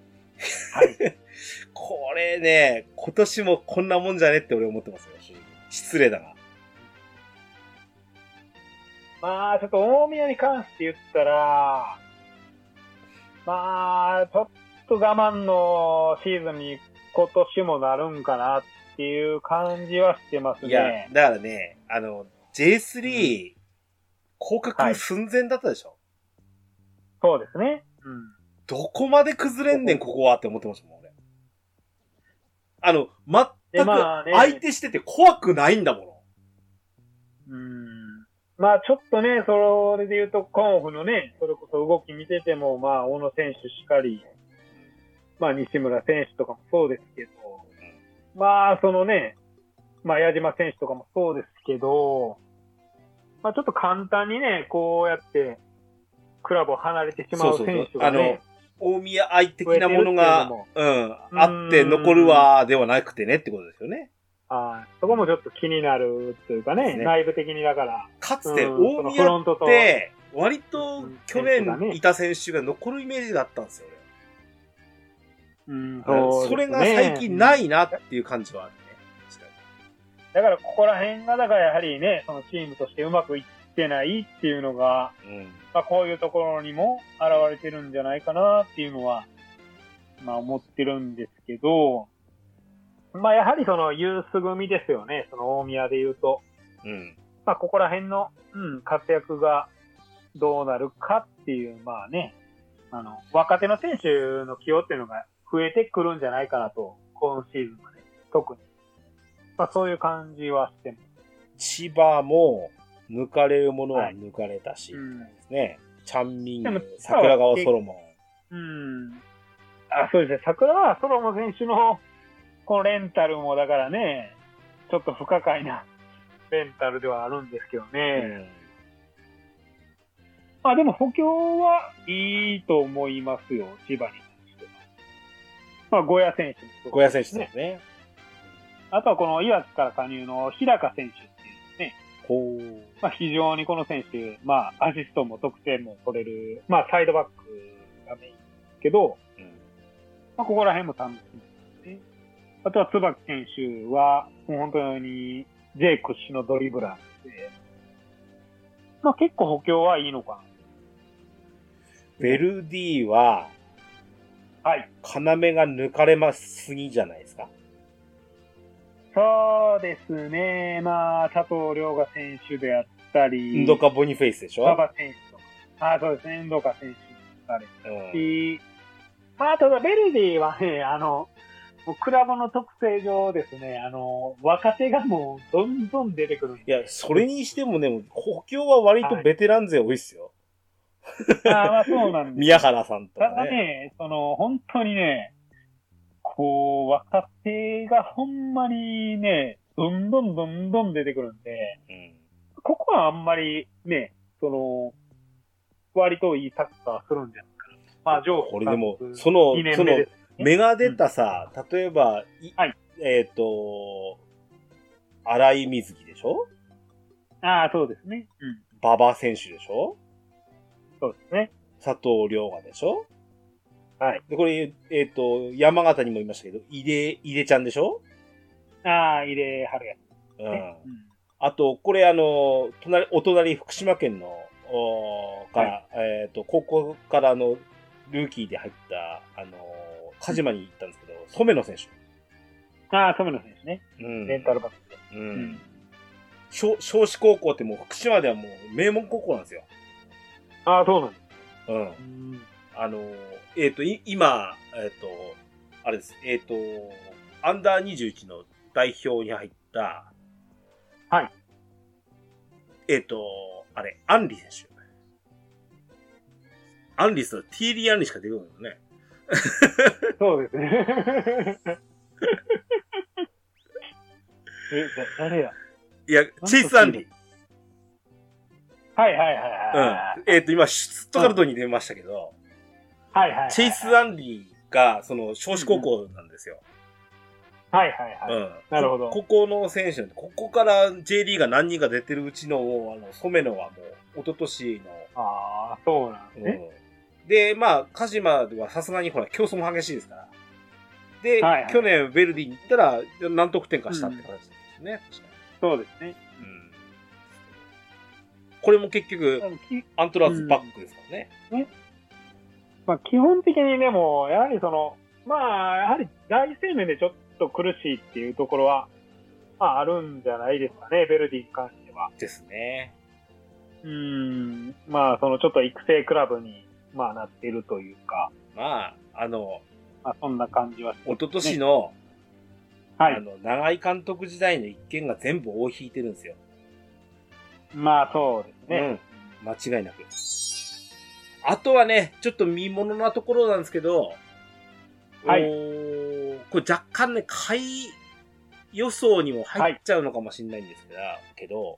これね、今年もこんなもんじゃねって俺思ってますよ。失礼だな。 まあ、ちょっと大宮に関して言ったら、まあ、ちょっと我慢のシーズンに今年もなるんかなっていう感じはしてますね。 いや、だからね、J3、降格寸前だったでしょ。 そうですね。 どこまで崩れんねん、ここはって思ってましたもん、俺。全く相手してて怖くないんだもの。 まあちょっとね、それで言うと、コンオフのね、それこそ動き見てても、まあ、小野選手しかり、まあ、西村選手とかもそうですけど、まあ、そのね、まあ、矢島選手とかもそうですけど、まあ、ちょっと簡単にね、こうやって、クラブを離れてしまう選手がね、 大宮愛的なものが、あって残るわ、ではなくてねってことですよね。 そこもちょっと気になるというかね、内部的にだから。 かつて大宮って、割と去年いた選手が残るイメージだったんですよ、俺。それが最近ないなっていう感じはあるね。 だからここら辺が、だからやはりね、そのチームとしてうまくいってないっていうのが、まあこういうところにも現れてるんじゃないかなっていうのは、まあ思ってるんですけど、まあやはりそのユース組ですよね、その大宮で言うと。まあここら辺の、活躍がどうなるかっていう、まあね、若手の選手の起用っていうのが増えてくるんじゃないかなと、今シーズンはね、特に。まあそういう感じはしてます。 千葉も抜かれるものは抜かれたし、ですね。チャンミング、桜川ソロモン。 そうですね。桜川ソロモン選手のこのレンタルもだからね、ちょっと不可解なレンタルではあるんですけどね。まあでも補強はいいと思いますよ、千葉に関しては。まあ、ゴヤ選手もそうですね。 ゴヤ選手ですね。 あとはこの岩津から加入の日高選手っていうね。まあ非常にこの選手、まあアシストも得点も取れる、まあサイドバックがメインですけど、まあここら辺も楽しみですね。あとは椿選手は、もう本当に J 屈指のドリブラーで、まあ結構補強はいいのかな。 ベルディは、要が抜かれますぎじゃないですか。 そうですね。まあ、佐藤涼河選手であったり、 ンドカ・ボニフェイスでしょ。 馬場選手とか。そうですね。ンドカ選手もあれし、まあ、ただベルディはね、 もうクラブの特性上ですね、若手がもうどんどん出てくるんで。 いや、それにしてもね、補強は割とベテラン勢多いっすよ。 まあそうなんです。 宮原さんとかね。 ただね、本当にね、こう、若手がほんまにね、どんどん出てくるんで、ここはあんまりね、割といいサッカーするんじゃないかな。まあ、 これでも、その、芽が出たさ、例えば、 はい。 荒井瑞希でしょ？ そうですね。 馬場選手でしょ？ そうですね。 佐藤涼河でしょ？ はい。 で、これ、山形にもいましたけど、井出ちゃんでしょ？ 井出春也。あと、これお隣、福島県の、から、高校からルーキーで入った、鹿島に行ったんですけど、染野選手。 染野選手ね。レンタルバックで。 少子高校ってもう福島ではもう名門高校なんですよ。 そうなんです。 今、あれです。アンダー21の代表に入った、 はい。 アンリ選手。アンリスは T リーアンリしか出てこないよね。 そうですね。誰や？ いや、チェイス・アンリ。 はい。 今、シュツットガルトに出ましたけど、チェイス・アンリが、少子高校なんですよ。 はい。なるほど。 ここの選手なんで、ここから J リーが何人か出てるうちの、染野はもう、一昨年の。 そうなんですね。 で、まあ、鹿島ではさすがにほら、競争も激しいですから。で、去年、ヴェルディに行ったら、何得点かしたって形ですね。 そうですね。 これも結局、アントラーズバックですからね。 まあ、基本的にでも、やはりやはり大生命でちょっと苦しいっていうところは、あるんじゃないですかね、ヴェルディに関しては。 ですね。 まあ、ちょっと育成クラブに、なっているというか。 まあ、 そんな感じはしますね。 一昨年の、長井監督時代の一件が全部大引いてるんですよ。 まあ、そうですね。 間違いなく。あとはね、ちょっと見ものなところなんですけど、これ若干ね、下位予想にも入っちゃうのかもしれないんですけど、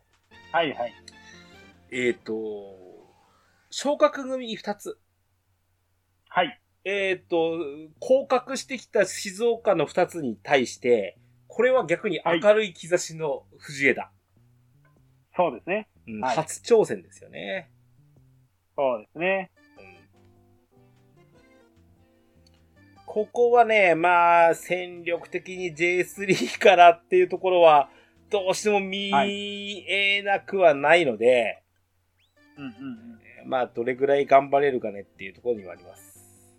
昇格組2つ。降格してきた静岡の2つに対して、これは逆に明るい兆しの藤枝。 そうですね。 初挑戦ですよね。 そうですね。 ここはね、まあ、戦力的に J3 からっていうところは、どうしても見えなくはないので、まあ、どれぐらい頑張れるかねっていうところにはあります。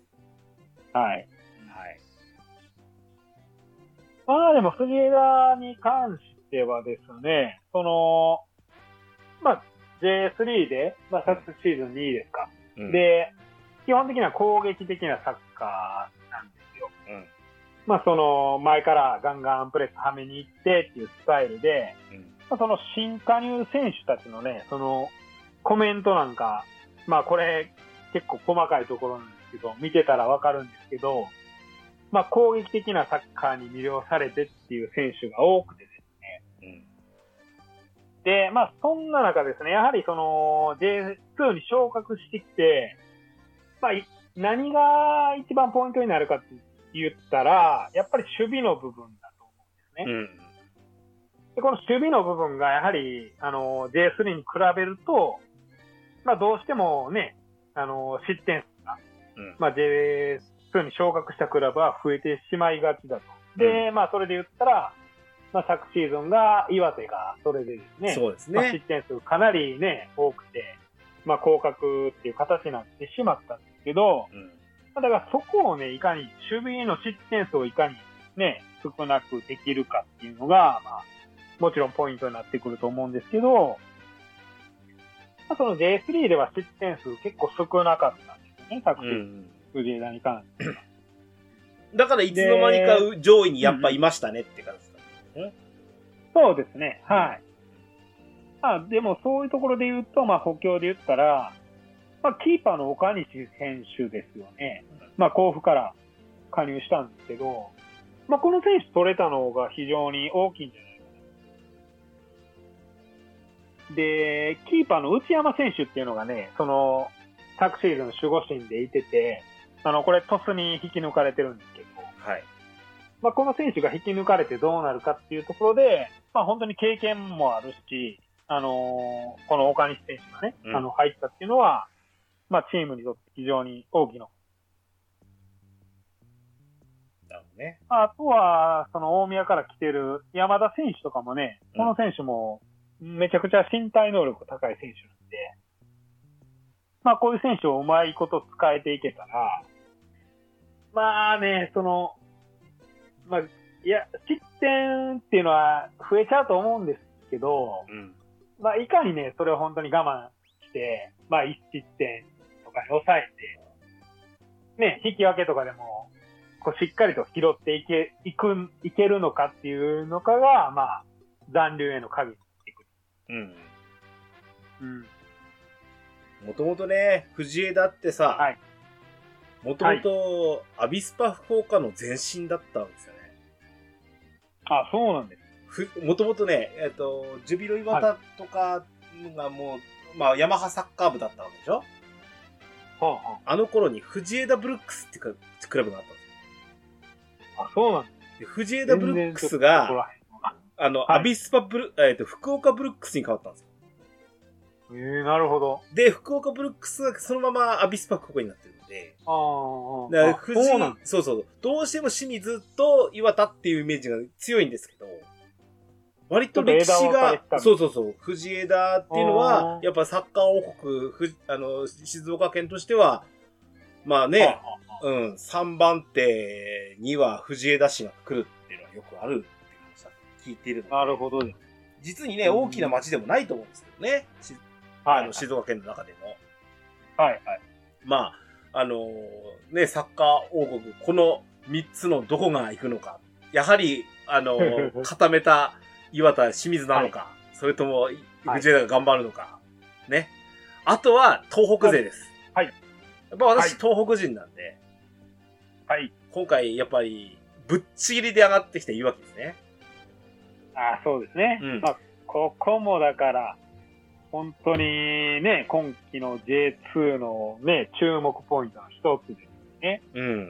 まあでも、藤枝に関してはですね、J3 で、昨シーズン2位ですか。で、基本的には攻撃的なサッカーなんですよ。前からガンガンプレスはめに行ってっていうスタイルで、新加入選手たちのね、コメントなんか、これ結構細かいところなんですけど、見てたらわかるんですけど、攻撃的なサッカーに魅了されてっていう選手が多くてですね。で、そんな中ですね、やはりJ2 に昇格してきて、何が一番ポイントになるかって言ったら、やっぱり守備の部分だと思うんですね。で、この守備の部分がやはり、J3 に比べると、どうしてもね、失点数が、J2 に昇格したクラブは増えてしまいがちだと。で、それで言ったら、昨シーズンが岩手がそれでですね、 そうですね。 失点数かなりね、多くて、降格っていう形になってしまったんですけど、だからそこをね、いかに、守備の失点数をいかにね、少なくできるかっていうのが、もちろんポイントになってくると思うんですけど、その J3 では失点数結構少なかったんですよね、昨シーズン、藤枝に関して。 だからいつの間にか上位にやっぱいましたねって感じですかね。 そうですね。はい。でもそういうところで言うと、補強で言ったら、キーパーの岡西選手ですよね。甲府から加入したんですけど、この選手取れたのが非常に大きいんじゃないかな。で、キーパーの内山選手っていうのがね、昨シーズン守護神でいてて、これトスに引き抜かれてるんですけど、 はい。 この選手が引き抜かれてどうなるかっていうところで、本当に経験もあるし、この岡西選手がね、入ったっていうのは、チームにとって非常に大きな。 なるほどね。 あとは、大宮から来てる山田選手とかもね、この選手もめちゃくちゃ身体能力高い選手なんで、こういう選手をうまいこと使えていけたら、失点っていうのは増えちゃうと思うんですけど、いかにね、それを本当に我慢して、1失点とかに抑えて、ね、引き分けとかでも、しっかりと拾っていけるのかっていうのかが、残留への鍵になってくる。 もともとね、藤枝ってさ、もともとアビスパ福岡の前身だったんですよね。 そうなんです。 もともとね、ジュビロ磐田とかがもう、ヤマハサッカー部だったわけでしょ。あの頃に藤枝ブルックスっていうクラブがあったんですよ。 そうなんです。 藤枝ブルックスが、アビスパ福岡ブルックスに変わったんですよ。 なるほど。 で、福岡ブルックスがそのままアビスパ福岡になってるので。そう。どうしても清水と岩田っていうイメージが強いんですけど、割と歴史が、藤枝っていうのは、やっぱサッカー王国、静岡県としては、3番手には藤枝市が来るっていうのはよくあるっていう話は聞いているので。 なるほどね。 実にね、大きな町でもないと思うんですけどね。静岡県の中でも。サッカー王国、この3つのどこが行くのか。やはり、固めた岩田、清水なのか、それとも、藤枝が頑張るのか。ね。あとは、東北勢です。やっぱ私、東北人なんで。今回、やっぱり、ぶっちぎりで上がってきたいわけですね。 そうですね。ここもだから、本当にね、今期の J2 のね、注目ポイントの一つですね。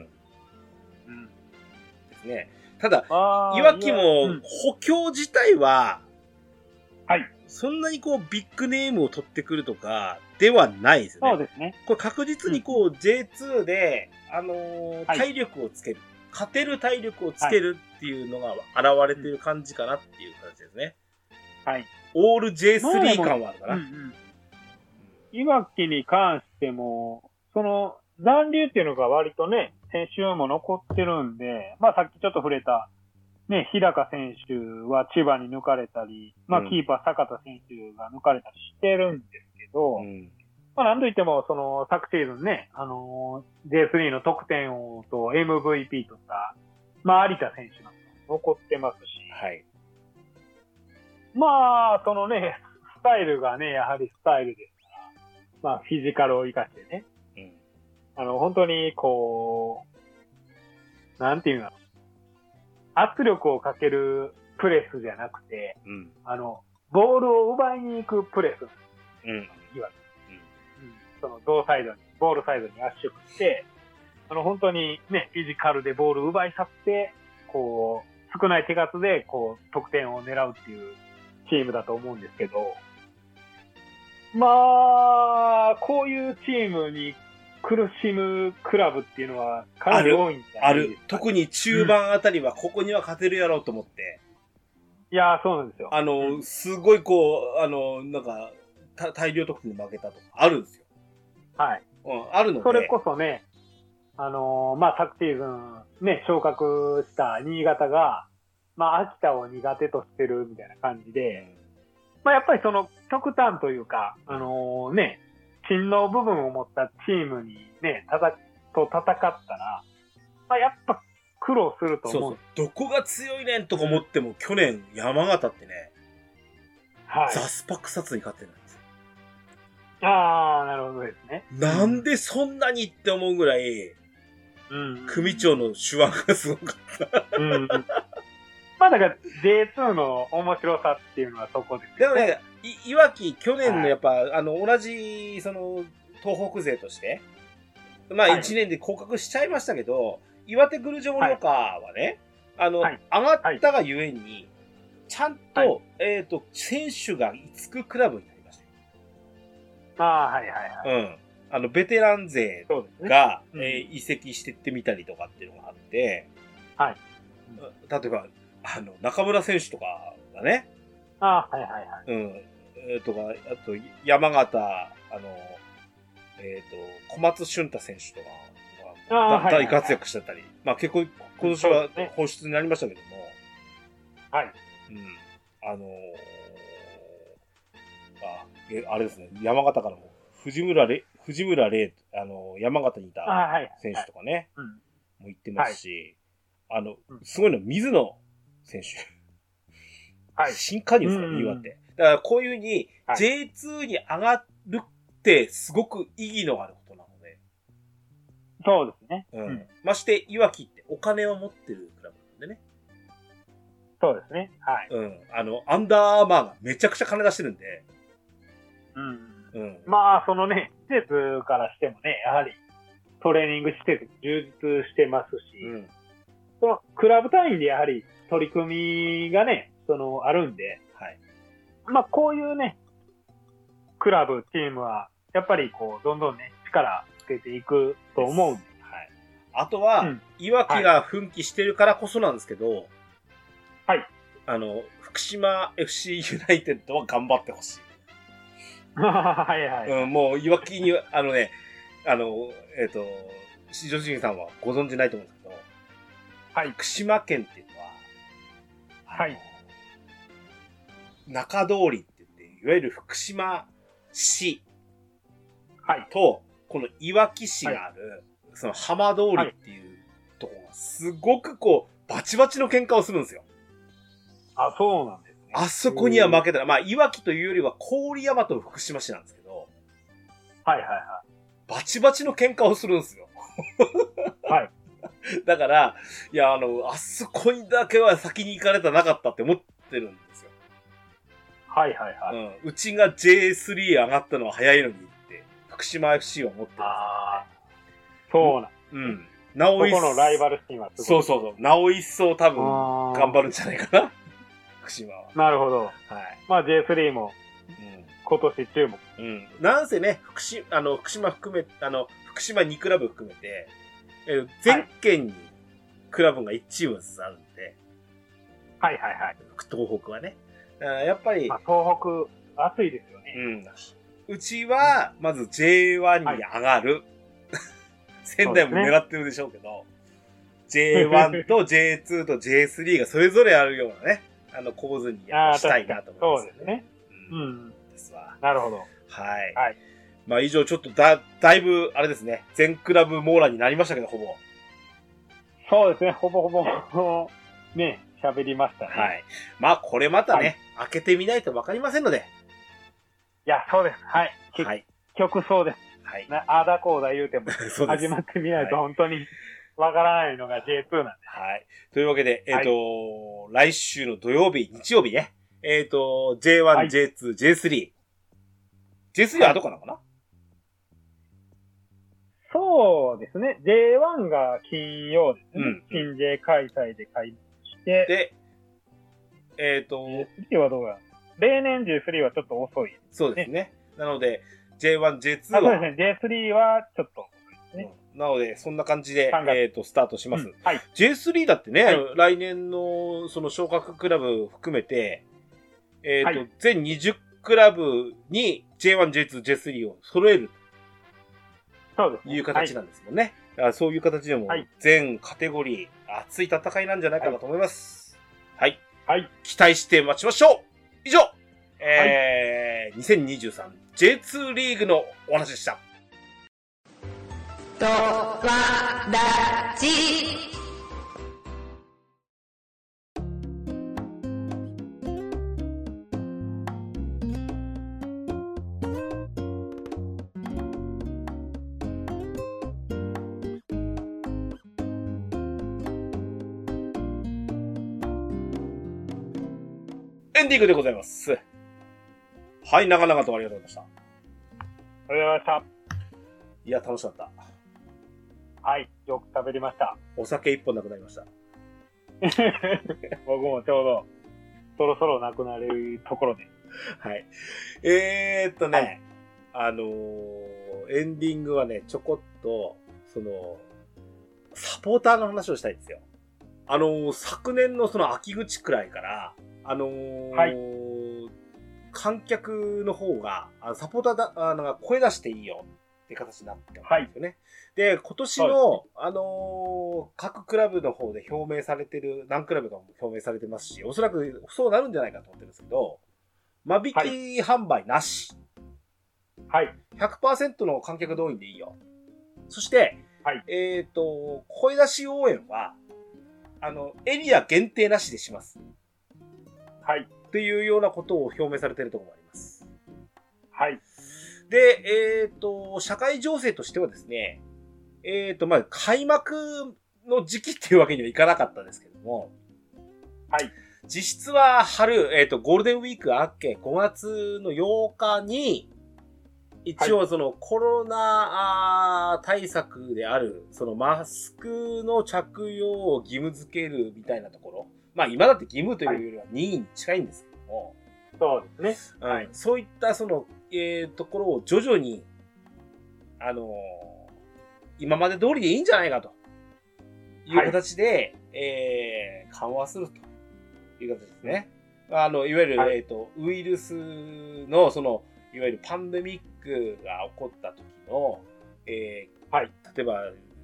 ですね。ただ、いわきも補強自体は、そんなにビッグネームを取ってくるとかではないですよね。 そうですね。 これ確実にJ2 で、体力をつける、勝てる体力をつけるっていうのが現れてる感じかなっていう感じですね。オール J3 感はあるかな。 いわきに関しても、残留っていうのが割とね、先週も残ってるんで、さっきちょっと触れた、ね、日高選手は千葉に抜かれたり、キーパー坂田選手が抜かれたりしてるんですけど、なんといっても、昨シーズンね、J3 の得点王と MVP とか、有田選手なんかも残ってますし、スタイルがね、やはりスタイルですから、フィジカルを生かしてね、本当になんていうの、圧力をかけるプレスじゃなくて、ボールを奪いに行くプレス。同サイドに、ボールサイドに圧縮して、本当にね、フィジカルでボールを奪い去って、少ない手数で、得点を狙うっていうチームだと思うんですけど、こういうチームに苦しむクラブっていうのはかなり多いんじゃないですか。 特に中盤あたりはここには勝てるやろうと思って。 いやー、そうなんですよ。 すごい大量得点で負けたとかあるんですよ。あるので。 それこそね、昨シーズンね、昇格した新潟が、秋田を苦手としてるみたいな感じで、やっぱり極端というか、芯の部分を持ったチームにね、戦ったら、やっぱ苦労すると思う。 そう。どこが強いねんとか思っても、去年山形ってね、 はい。 ザスパ草津に勝ってないんですよ。 ああ、なるほどですね。 なんでそんなにって思うぐらい、組長の手腕がすごかった。 まあだから J2 の面白さっていうのはそこですね。でもね、いわき去年のやっぱ、同じ、その、東北勢として、まあ1年で降格しちゃいましたけど、岩手グルジョ盛岡はね、上がったがゆえに、ちゃんと、選手がつくクラブになりました。 はいはいはい。 ベテラン勢が、移籍してってみたりとかっていうのがあって、 はい。 例えば、中村選手とかがね、 はいはいはい。 とか、あと、山形、小松俊太選手とかが大活躍してたり、まあ結構、今年は放出になりましたけども、 はい。 あれですね、山形からも、藤村玲、山形にいた選手とかね、も行ってますし、すごいのは水野選手。はい。新加入ですから、岩手。だからこういうふうに J2 に上がるってすごく意義のあることなので。 そうですね。 まして、岩木ってお金を持ってるクラブなんでね。 そうですね。はい。 アンダーマーがめちゃくちゃ金出してるんで。 まあ、そのね、施設からしてもね、やはりトレーニング施設充実してますし、そのクラブ単位でやはり取り組みがね、あるんで、まあ、こういうね、クラブ、チームは、やっぱりこう、どんどんね、力つけていくと思うんで。 あとは、いわきが奮起してるからこそなんですけど、福島 FC ユナイテッドは頑張ってほしい。 はいはい。 もう、いわきに、市場主義さんはご存知ないと思うんですけど、福島県っていうのは、中通りって言って、いわゆる福島市と、このいわき市がある、その浜通りっていうところが、すごくこう、バチバチの喧嘩をするんですよ。 あ、そうなんですね。 あそこには負けたら、まあ、いわきというよりは、郡山と福島市なんですけど、バチバチの喧嘩をするんですよ。だから、いや、あそこにだけは先に行かれたらなかったって思ってるんですよ。うちが J3 上がったのは早いのにって、福島 FC は思ってるんですよ、ね。 そうなんなお一層。 ここのライバルシーンはすごい。そう。なお一層多分、頑張るんじゃないかな。福島は。 なるほど。まあ J3 も、今年注目。 なんせね、福島含め、福島2クラブ含めて、全県にクラブが1チームずつあるんで。東北はね。やっぱり。 まあ、東北、暑いですよね。 うちは、まず J1 に上がる。仙台も狙ってるでしょうけど、J1 と J2 と J3 がそれぞれあるようなね、構図にしたいなと思います、ね。そうですね。ですわ。 なるほど。 はい。まあ以上ちょっとだいぶ、あれですね、全クラブ網羅になりましたけど、ほぼ。 そうですね、ほぼ、ね、喋りましたね。 まあこれまたね、開けてみないとわかりませんので。 いや、そうです。結局そうです。あだこうだ言うても、始まってみないと本当にわからないのが J2 なんで。 というわけで、来週の土曜日、日曜日ね、J1、J2、J3。J3 は後かなかな、 そうですね。J1 が金曜ですね。新 J 開催で開幕して。で、J3 はどうや例年 J3 はちょっと遅い、 そうですね。なので、J1、J2 は。 そうですね。J3 はちょっと遅いですね。 なので、そんな感じで、スタートします。J3 だってね、来年の、その昇格クラブ含めて、全20クラブに J1、J2、J3 を揃える。 そうですね。いう形なんですもんね。だからそういう形でも、全カテゴリー、熱い戦いなんじゃないかなと思います。期待して待ちましょう。以上、2023 J2 リーグのお話でした。 ドワラジエンディングでございます。はい、長々とありがとうございました。 ありがとうございました。 いや、楽しかった。 はい、よく食べれました。 お酒一本なくなりました。 僕もちょうど、そろそろなくなれるところです。 はい。エンディングはね、ちょこっと、サポーターの話をしたいんですよ。昨年のその秋口くらいから、はい、観客の方が、サポーターなんか声出していいよって形になってたんですよね。はい、で、今年の、各クラブの方で表明されてる、何クラブかも表明されてますし、おそらくそうなるんじゃないかと思ってるんですけど、間引き販売なし。はい。100% の観客動員でいいよ。そして、はい、声出し応援は、エリア限定なしでします。はい。っていうようなことを表明されているところもあります。はい。で、社会情勢としてはですね、開幕の時期っていうわけにはいかなかったですけども、はい。実質は春、ゴールデンウィーク明け5月の8日に、一応そのコロナ対策である、そのマスクの着用を義務付けるみたいなところ。まあ今だって義務というよりは任意に近いんですけども。そうですね。はい。そういったその、ところを徐々に、今まで通りでいいんじゃないかという形で、緩和するという形ですね。いわゆる、ウイルスのその、いわゆるパンデミックが起こった時の、例えば、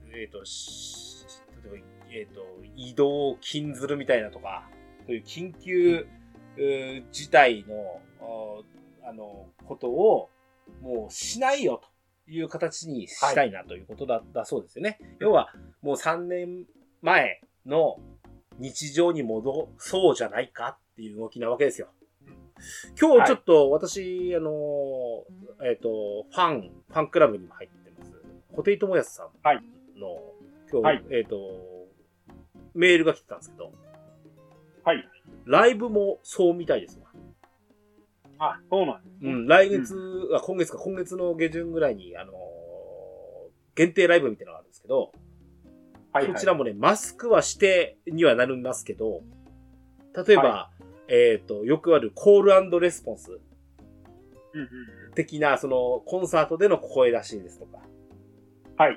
移動禁ずるみたいなとか、そういう緊急事態の、ことをもうしないよという形にしたいなということだそうですよね。要は、もう3年前の日常に戻そうじゃないかっていう動きなわけですよ。今日ちょっと私、ファンクラブにも入ってます。布袋寅泰さんの、今日、メールが来てたんですけど、はい。ライブもそうみたいですわ。あ、そうなんですね。うん、今月の下旬ぐらいに、限定ライブみたいなのがあるんですけど、そちらもね、マスクはしてにはなりますけど、例えば、よくあるコール&レスポンス的な、その、コンサートでの声出しですとか。はい。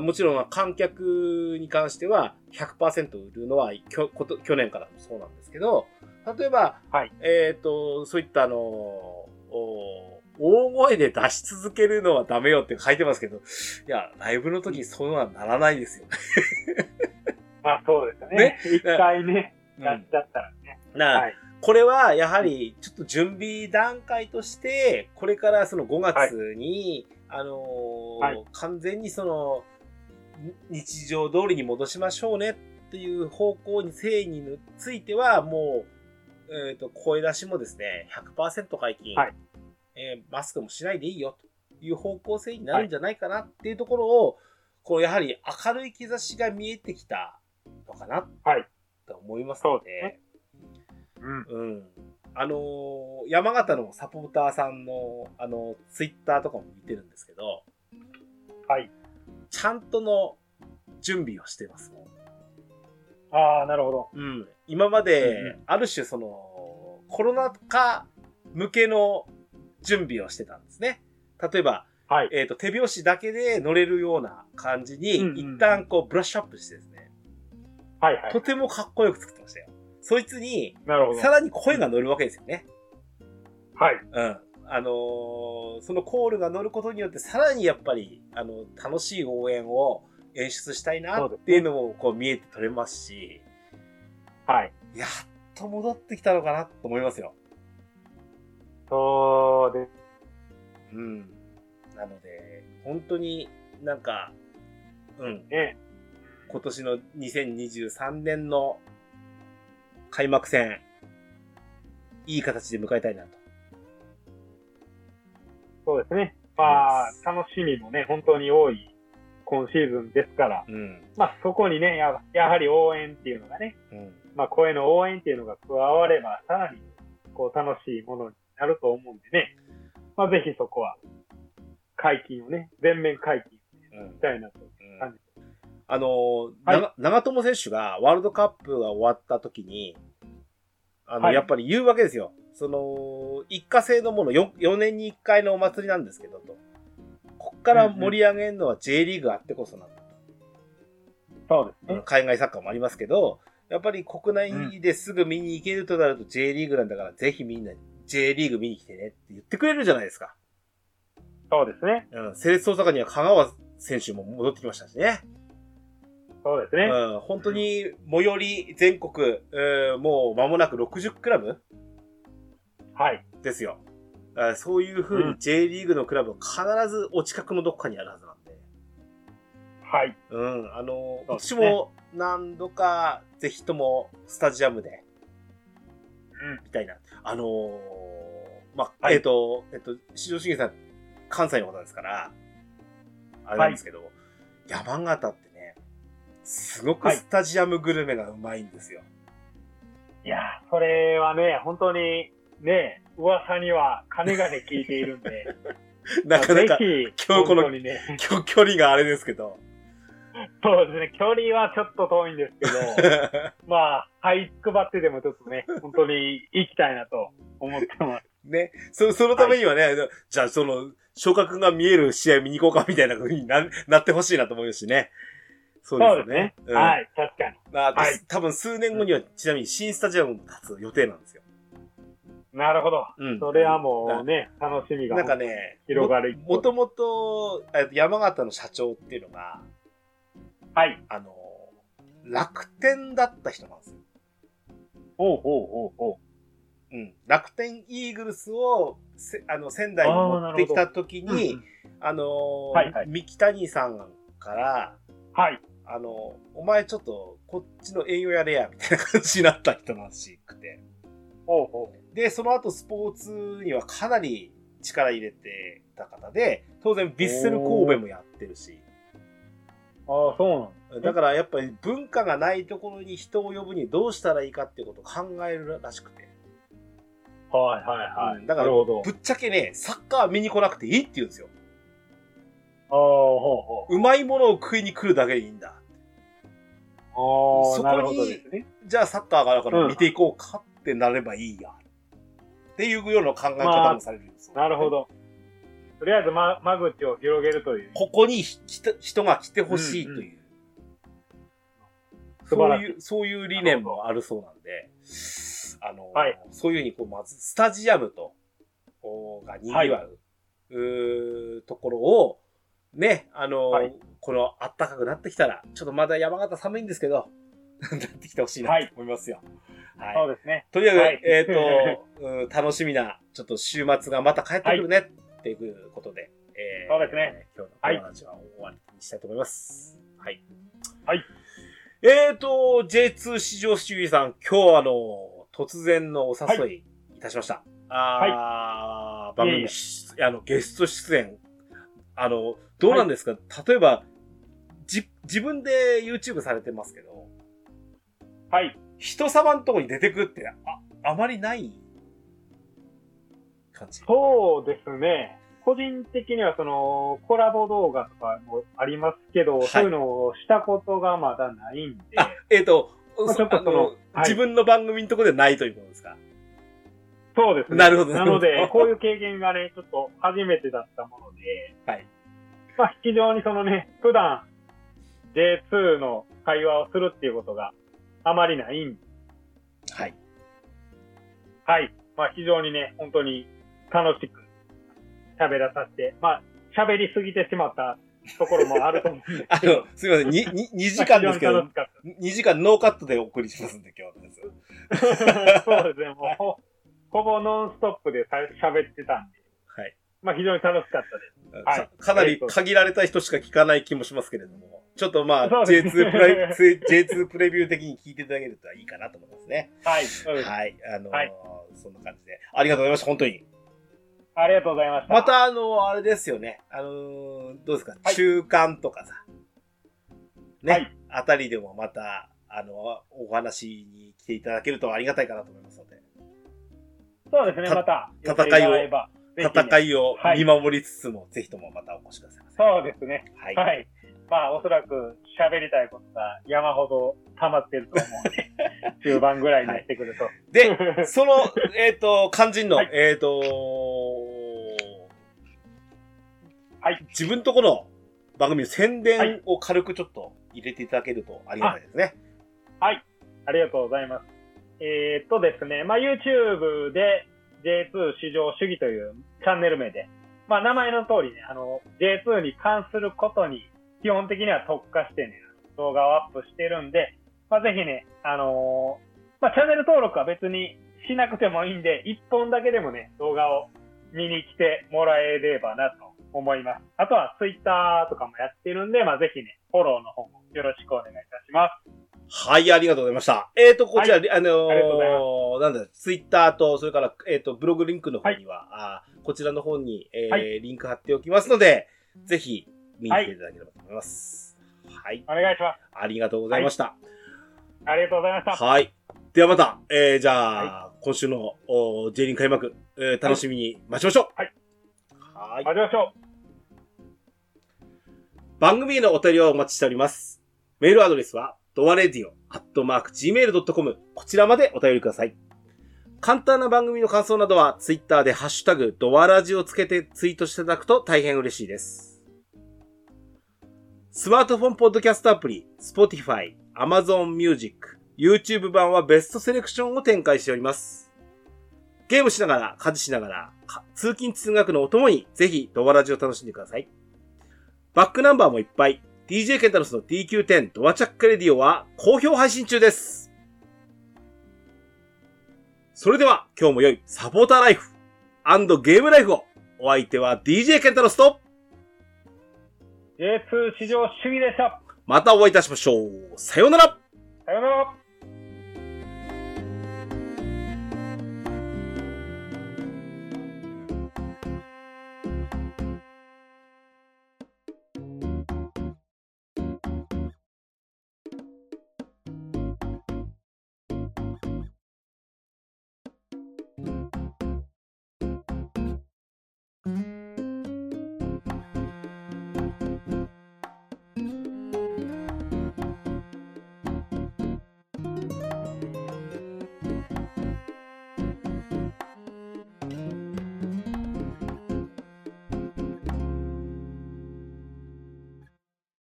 もちろん、観客に関しては 100% 売るのは去年からもそうなんですけど、例えば、はい、そういった大声で出し続けるのはダメよって書いてますけど、いや、ライブの時そういうのはならないですよね。まあそうですね。一回ね、やっちゃったらね。はい。これはやはりちょっと準備段階として、これからその5月に、はい、完全にその日常通りに戻しましょうねっていう方向に誠意についてはもう、声出しもですね、100% 解禁、はい、マスクもしないでいいよという方向性になるんじゃないかなっていうところを、こうやはり明るい兆しが見えてきたのかなと思いますので、山形のサポーターさんの、ツイッターとかも見てるんですけど、はい。ちゃんとの準備をしてますもん。ああ、なるほど。うん。今まで、ある種その、コロナ禍向けの準備をしてたんですね。例えば、はい、手拍子だけで乗れるような感じに、一旦こう、ブラッシュアップしてですね。はいはい。とてもかっこよく作ってましたよ。そいつに、さらに声が乗るわけですよね。はい。うん。そのコールが乗ることによって、さらにやっぱり、楽しい応援を演出したいなっていうのも、こう見えて取れますし、はい。やっと戻ってきたのかなと思いますよ。そうです。うん。なので、本当になんか、今年の2023年の開幕戦、いい形で迎えたいなと。そうですね。まあ、楽しみもね、本当に多い今シーズンですから、まあそこにね、やはり応援っていうのがね、まあ声の応援っていうのが加われば、さらにこう楽しいものになると思うんでね。まあぜひそこは、解禁をね、全面解禁したいなと感じて、 長友選手がワールドカップが終わった時に、 はい、 やっぱり言うわけですよ。一過性のもの、4年に1回のお祭りなんですけど、と。こっから盛り上げるのは J リーグあってこそなんだと。 そうですね。 海外サッカーもありますけど、やっぱり国内ですぐ見に行けるとなると J リーグなんだから、ぜひみんな J リーグ見に来てねって言ってくれるじゃないですか。 そうですね。 セレッソ大阪には香川選手も戻ってきましたしね。 そうですね。 本当に最寄り全国、もう間もなく60クラブはい。 ですよ。そういう風に J リーグのクラブは必ずお近くのどこかにあるはずなんで。 はい。 私も何度かぜひともスタジアムで、みたいな。はい、市場主義さん、関西の方ですから、あれなんですけど、山形ってね、すごくスタジアムグルメがうまいんですよ。 いや、それはね、本当にね、噂には金がね聞いているんで。 なかなか、今日この、 ね、 距離があれですけど。 そうですね、距離はちょっと遠いんですけど、まあ、這いつくばってでもちょっとね、本当に行きたいなと思ってます。 ね、そのためにはね、じゃあ昇格が見える試合見に行こうかみたいな風になってほしいなと思うしね。 そうですね。はい、確かに。 多分数年後にはちなみに新スタジアムも立つ予定なんですよ。 なるほど。それはもうね、楽しみが。 なんかね、 広がる。 もともと、山形の社長っていうのが、 はい。 楽天だった人なんですよ。楽天イーグルスを、仙台に持ってきたときに、三木谷さんから、 はい。 お前ちょっと、こっちの営業やれや、みたいな感じになった人らしくて。で、その後スポーツにはかなり力入れてた方で、当然ヴィッセル神戸もやってるし。 ああ、そうなんだからやっぱり文化がないところに人を呼ぶにはどうしたらいいかっていうことを考えるらしくて。 はい。 だから、ぶっちゃけね、サッカー見に来なくていいって言うんですよ。うまいものを食いに来るだけでいいんだ。そこに、じゃあサッカーがあるから見ていこうかってなればいいや。っていうような考え方もされるんですよ、 なるほど。とりあえず間口を広げるという。 ここに人が来てほしいという。そういう理念もあるそうなんで、そういうふうにまずスタジアムと、が賑わう、ところを、ね、この暖かくなってきたら、ちょっとまだ山形寒いんですけど、なってきてほしいなと思いますよ。 はい。そうですね。 とりあえず、楽しみな、ちょっと週末がまた帰ってくるね、っていうことで、 そうですね。 今日のお話は終わりにしたいと思います。はい。 はい。 J2 市場主義さん、今日突然のお誘いいたしました。番組、ゲスト出演。どうなんですか、例えば、自分で YouTube されてますけど、 はい。 人様のところに出てくって、あまりない感じ。 そうですね。個人的にはコラボ動画とかもありますけど、そういうのをしたことがまだないんで。 ちょっと自分の番組のところでないということですか？ そうですね。 なるほど。 なので、こういう経験がね、ちょっと初めてだったもので、 はい。 まあ、非常に普段 J2 の会話をするっていうことがあまりないんで。 はい。 はい。まあ、非常にね、本当に楽しく喋らさせて、まあ、喋りすぎてしまったところもあると思うんですけど。 すいません。2時間ですけど、2時間ノーカットでお送りしますんで、今日のやつ。そうですね。もう、ほぼノンストップで喋ってたんで。 はい。 まあ、非常に楽しかったです。 はい。かなり限られた人しか聞かない気もしますけれども、ちょっとまあ、J2 プレビュー的に聞いていただけるといいかなと思いますね。 はい。 はい。そんな感じで。ありがとうございました、本当に。 ありがとうございました。 またあれですよね。どうですか、中間とかさ。ね。あたりでもまた、お話に来ていただけるとありがたいかなと思いますので。 そうですね、また、 戦いを見守りつつも、ぜひともまたお越しくださいませ。 そうですね。 はい。 はい。まあ、おそらく喋りたいことが山ほど溜まってると思うんで、中盤ぐらいにしてくると。はい、 で、その、肝心の、 はい、 はい。自分とこの番組の宣伝を軽くちょっと入れていただけるとありがたいですね。 はい。ありがとうございます。ですね、まあ、YouTube で J2 至上主義というチャンネル名で、まあ、名前の通りね、J2 に関することに基本的には特化してね、動画をアップしてるんで、まあ、ぜひね、まあ、チャンネル登録は別にしなくてもいいんで、一本だけでもね、動画を見に来てもらえればなと思います。あとは Twitter とかもやってるんで、まあ、ぜひね、フォローの方もよろしくお願いいたします。 はい、ありがとうございました。こちら、はい、なんだ、ツイッターと、それから、ブログリンクの方には、はい、こちらの方に、はい、リンク貼っておきますので、ぜひ、見に来ていただければと思います。はい。 お願いします。 ありがとうございました。はい、 ありがとうございました。 はい。ではまた、じゃあ、はい、今週の、J リーグ開幕、楽しみに待ちましょう。 はい。 はい。 待ちましょう。番組へのお便りをお待ちしております。メールアドレスは、doaradio@gmail.com こちらまでお便りください。簡単な番組の感想などはツイッターでハッシュタグドアラジをつけてツイートしていただくと大変嬉しいです。スマートフォンポッドキャストアプリ、Spotify、Amazon Music、YouTube 版はベストセレクションを展開しております。ゲームしながら、家事しながら、通勤通学のお供にぜひドアラジを楽しんでください。バックナンバーもいっぱい。DJ ケンタロスの DQ10 ドアチャックレディオは好評配信中です。それでは今日も良いサポーターライフ&ゲームライフを。お相手は DJ ケンタロスと J2 至上主義でした。 またお会いいたしましょう。さようなら。 さようなら。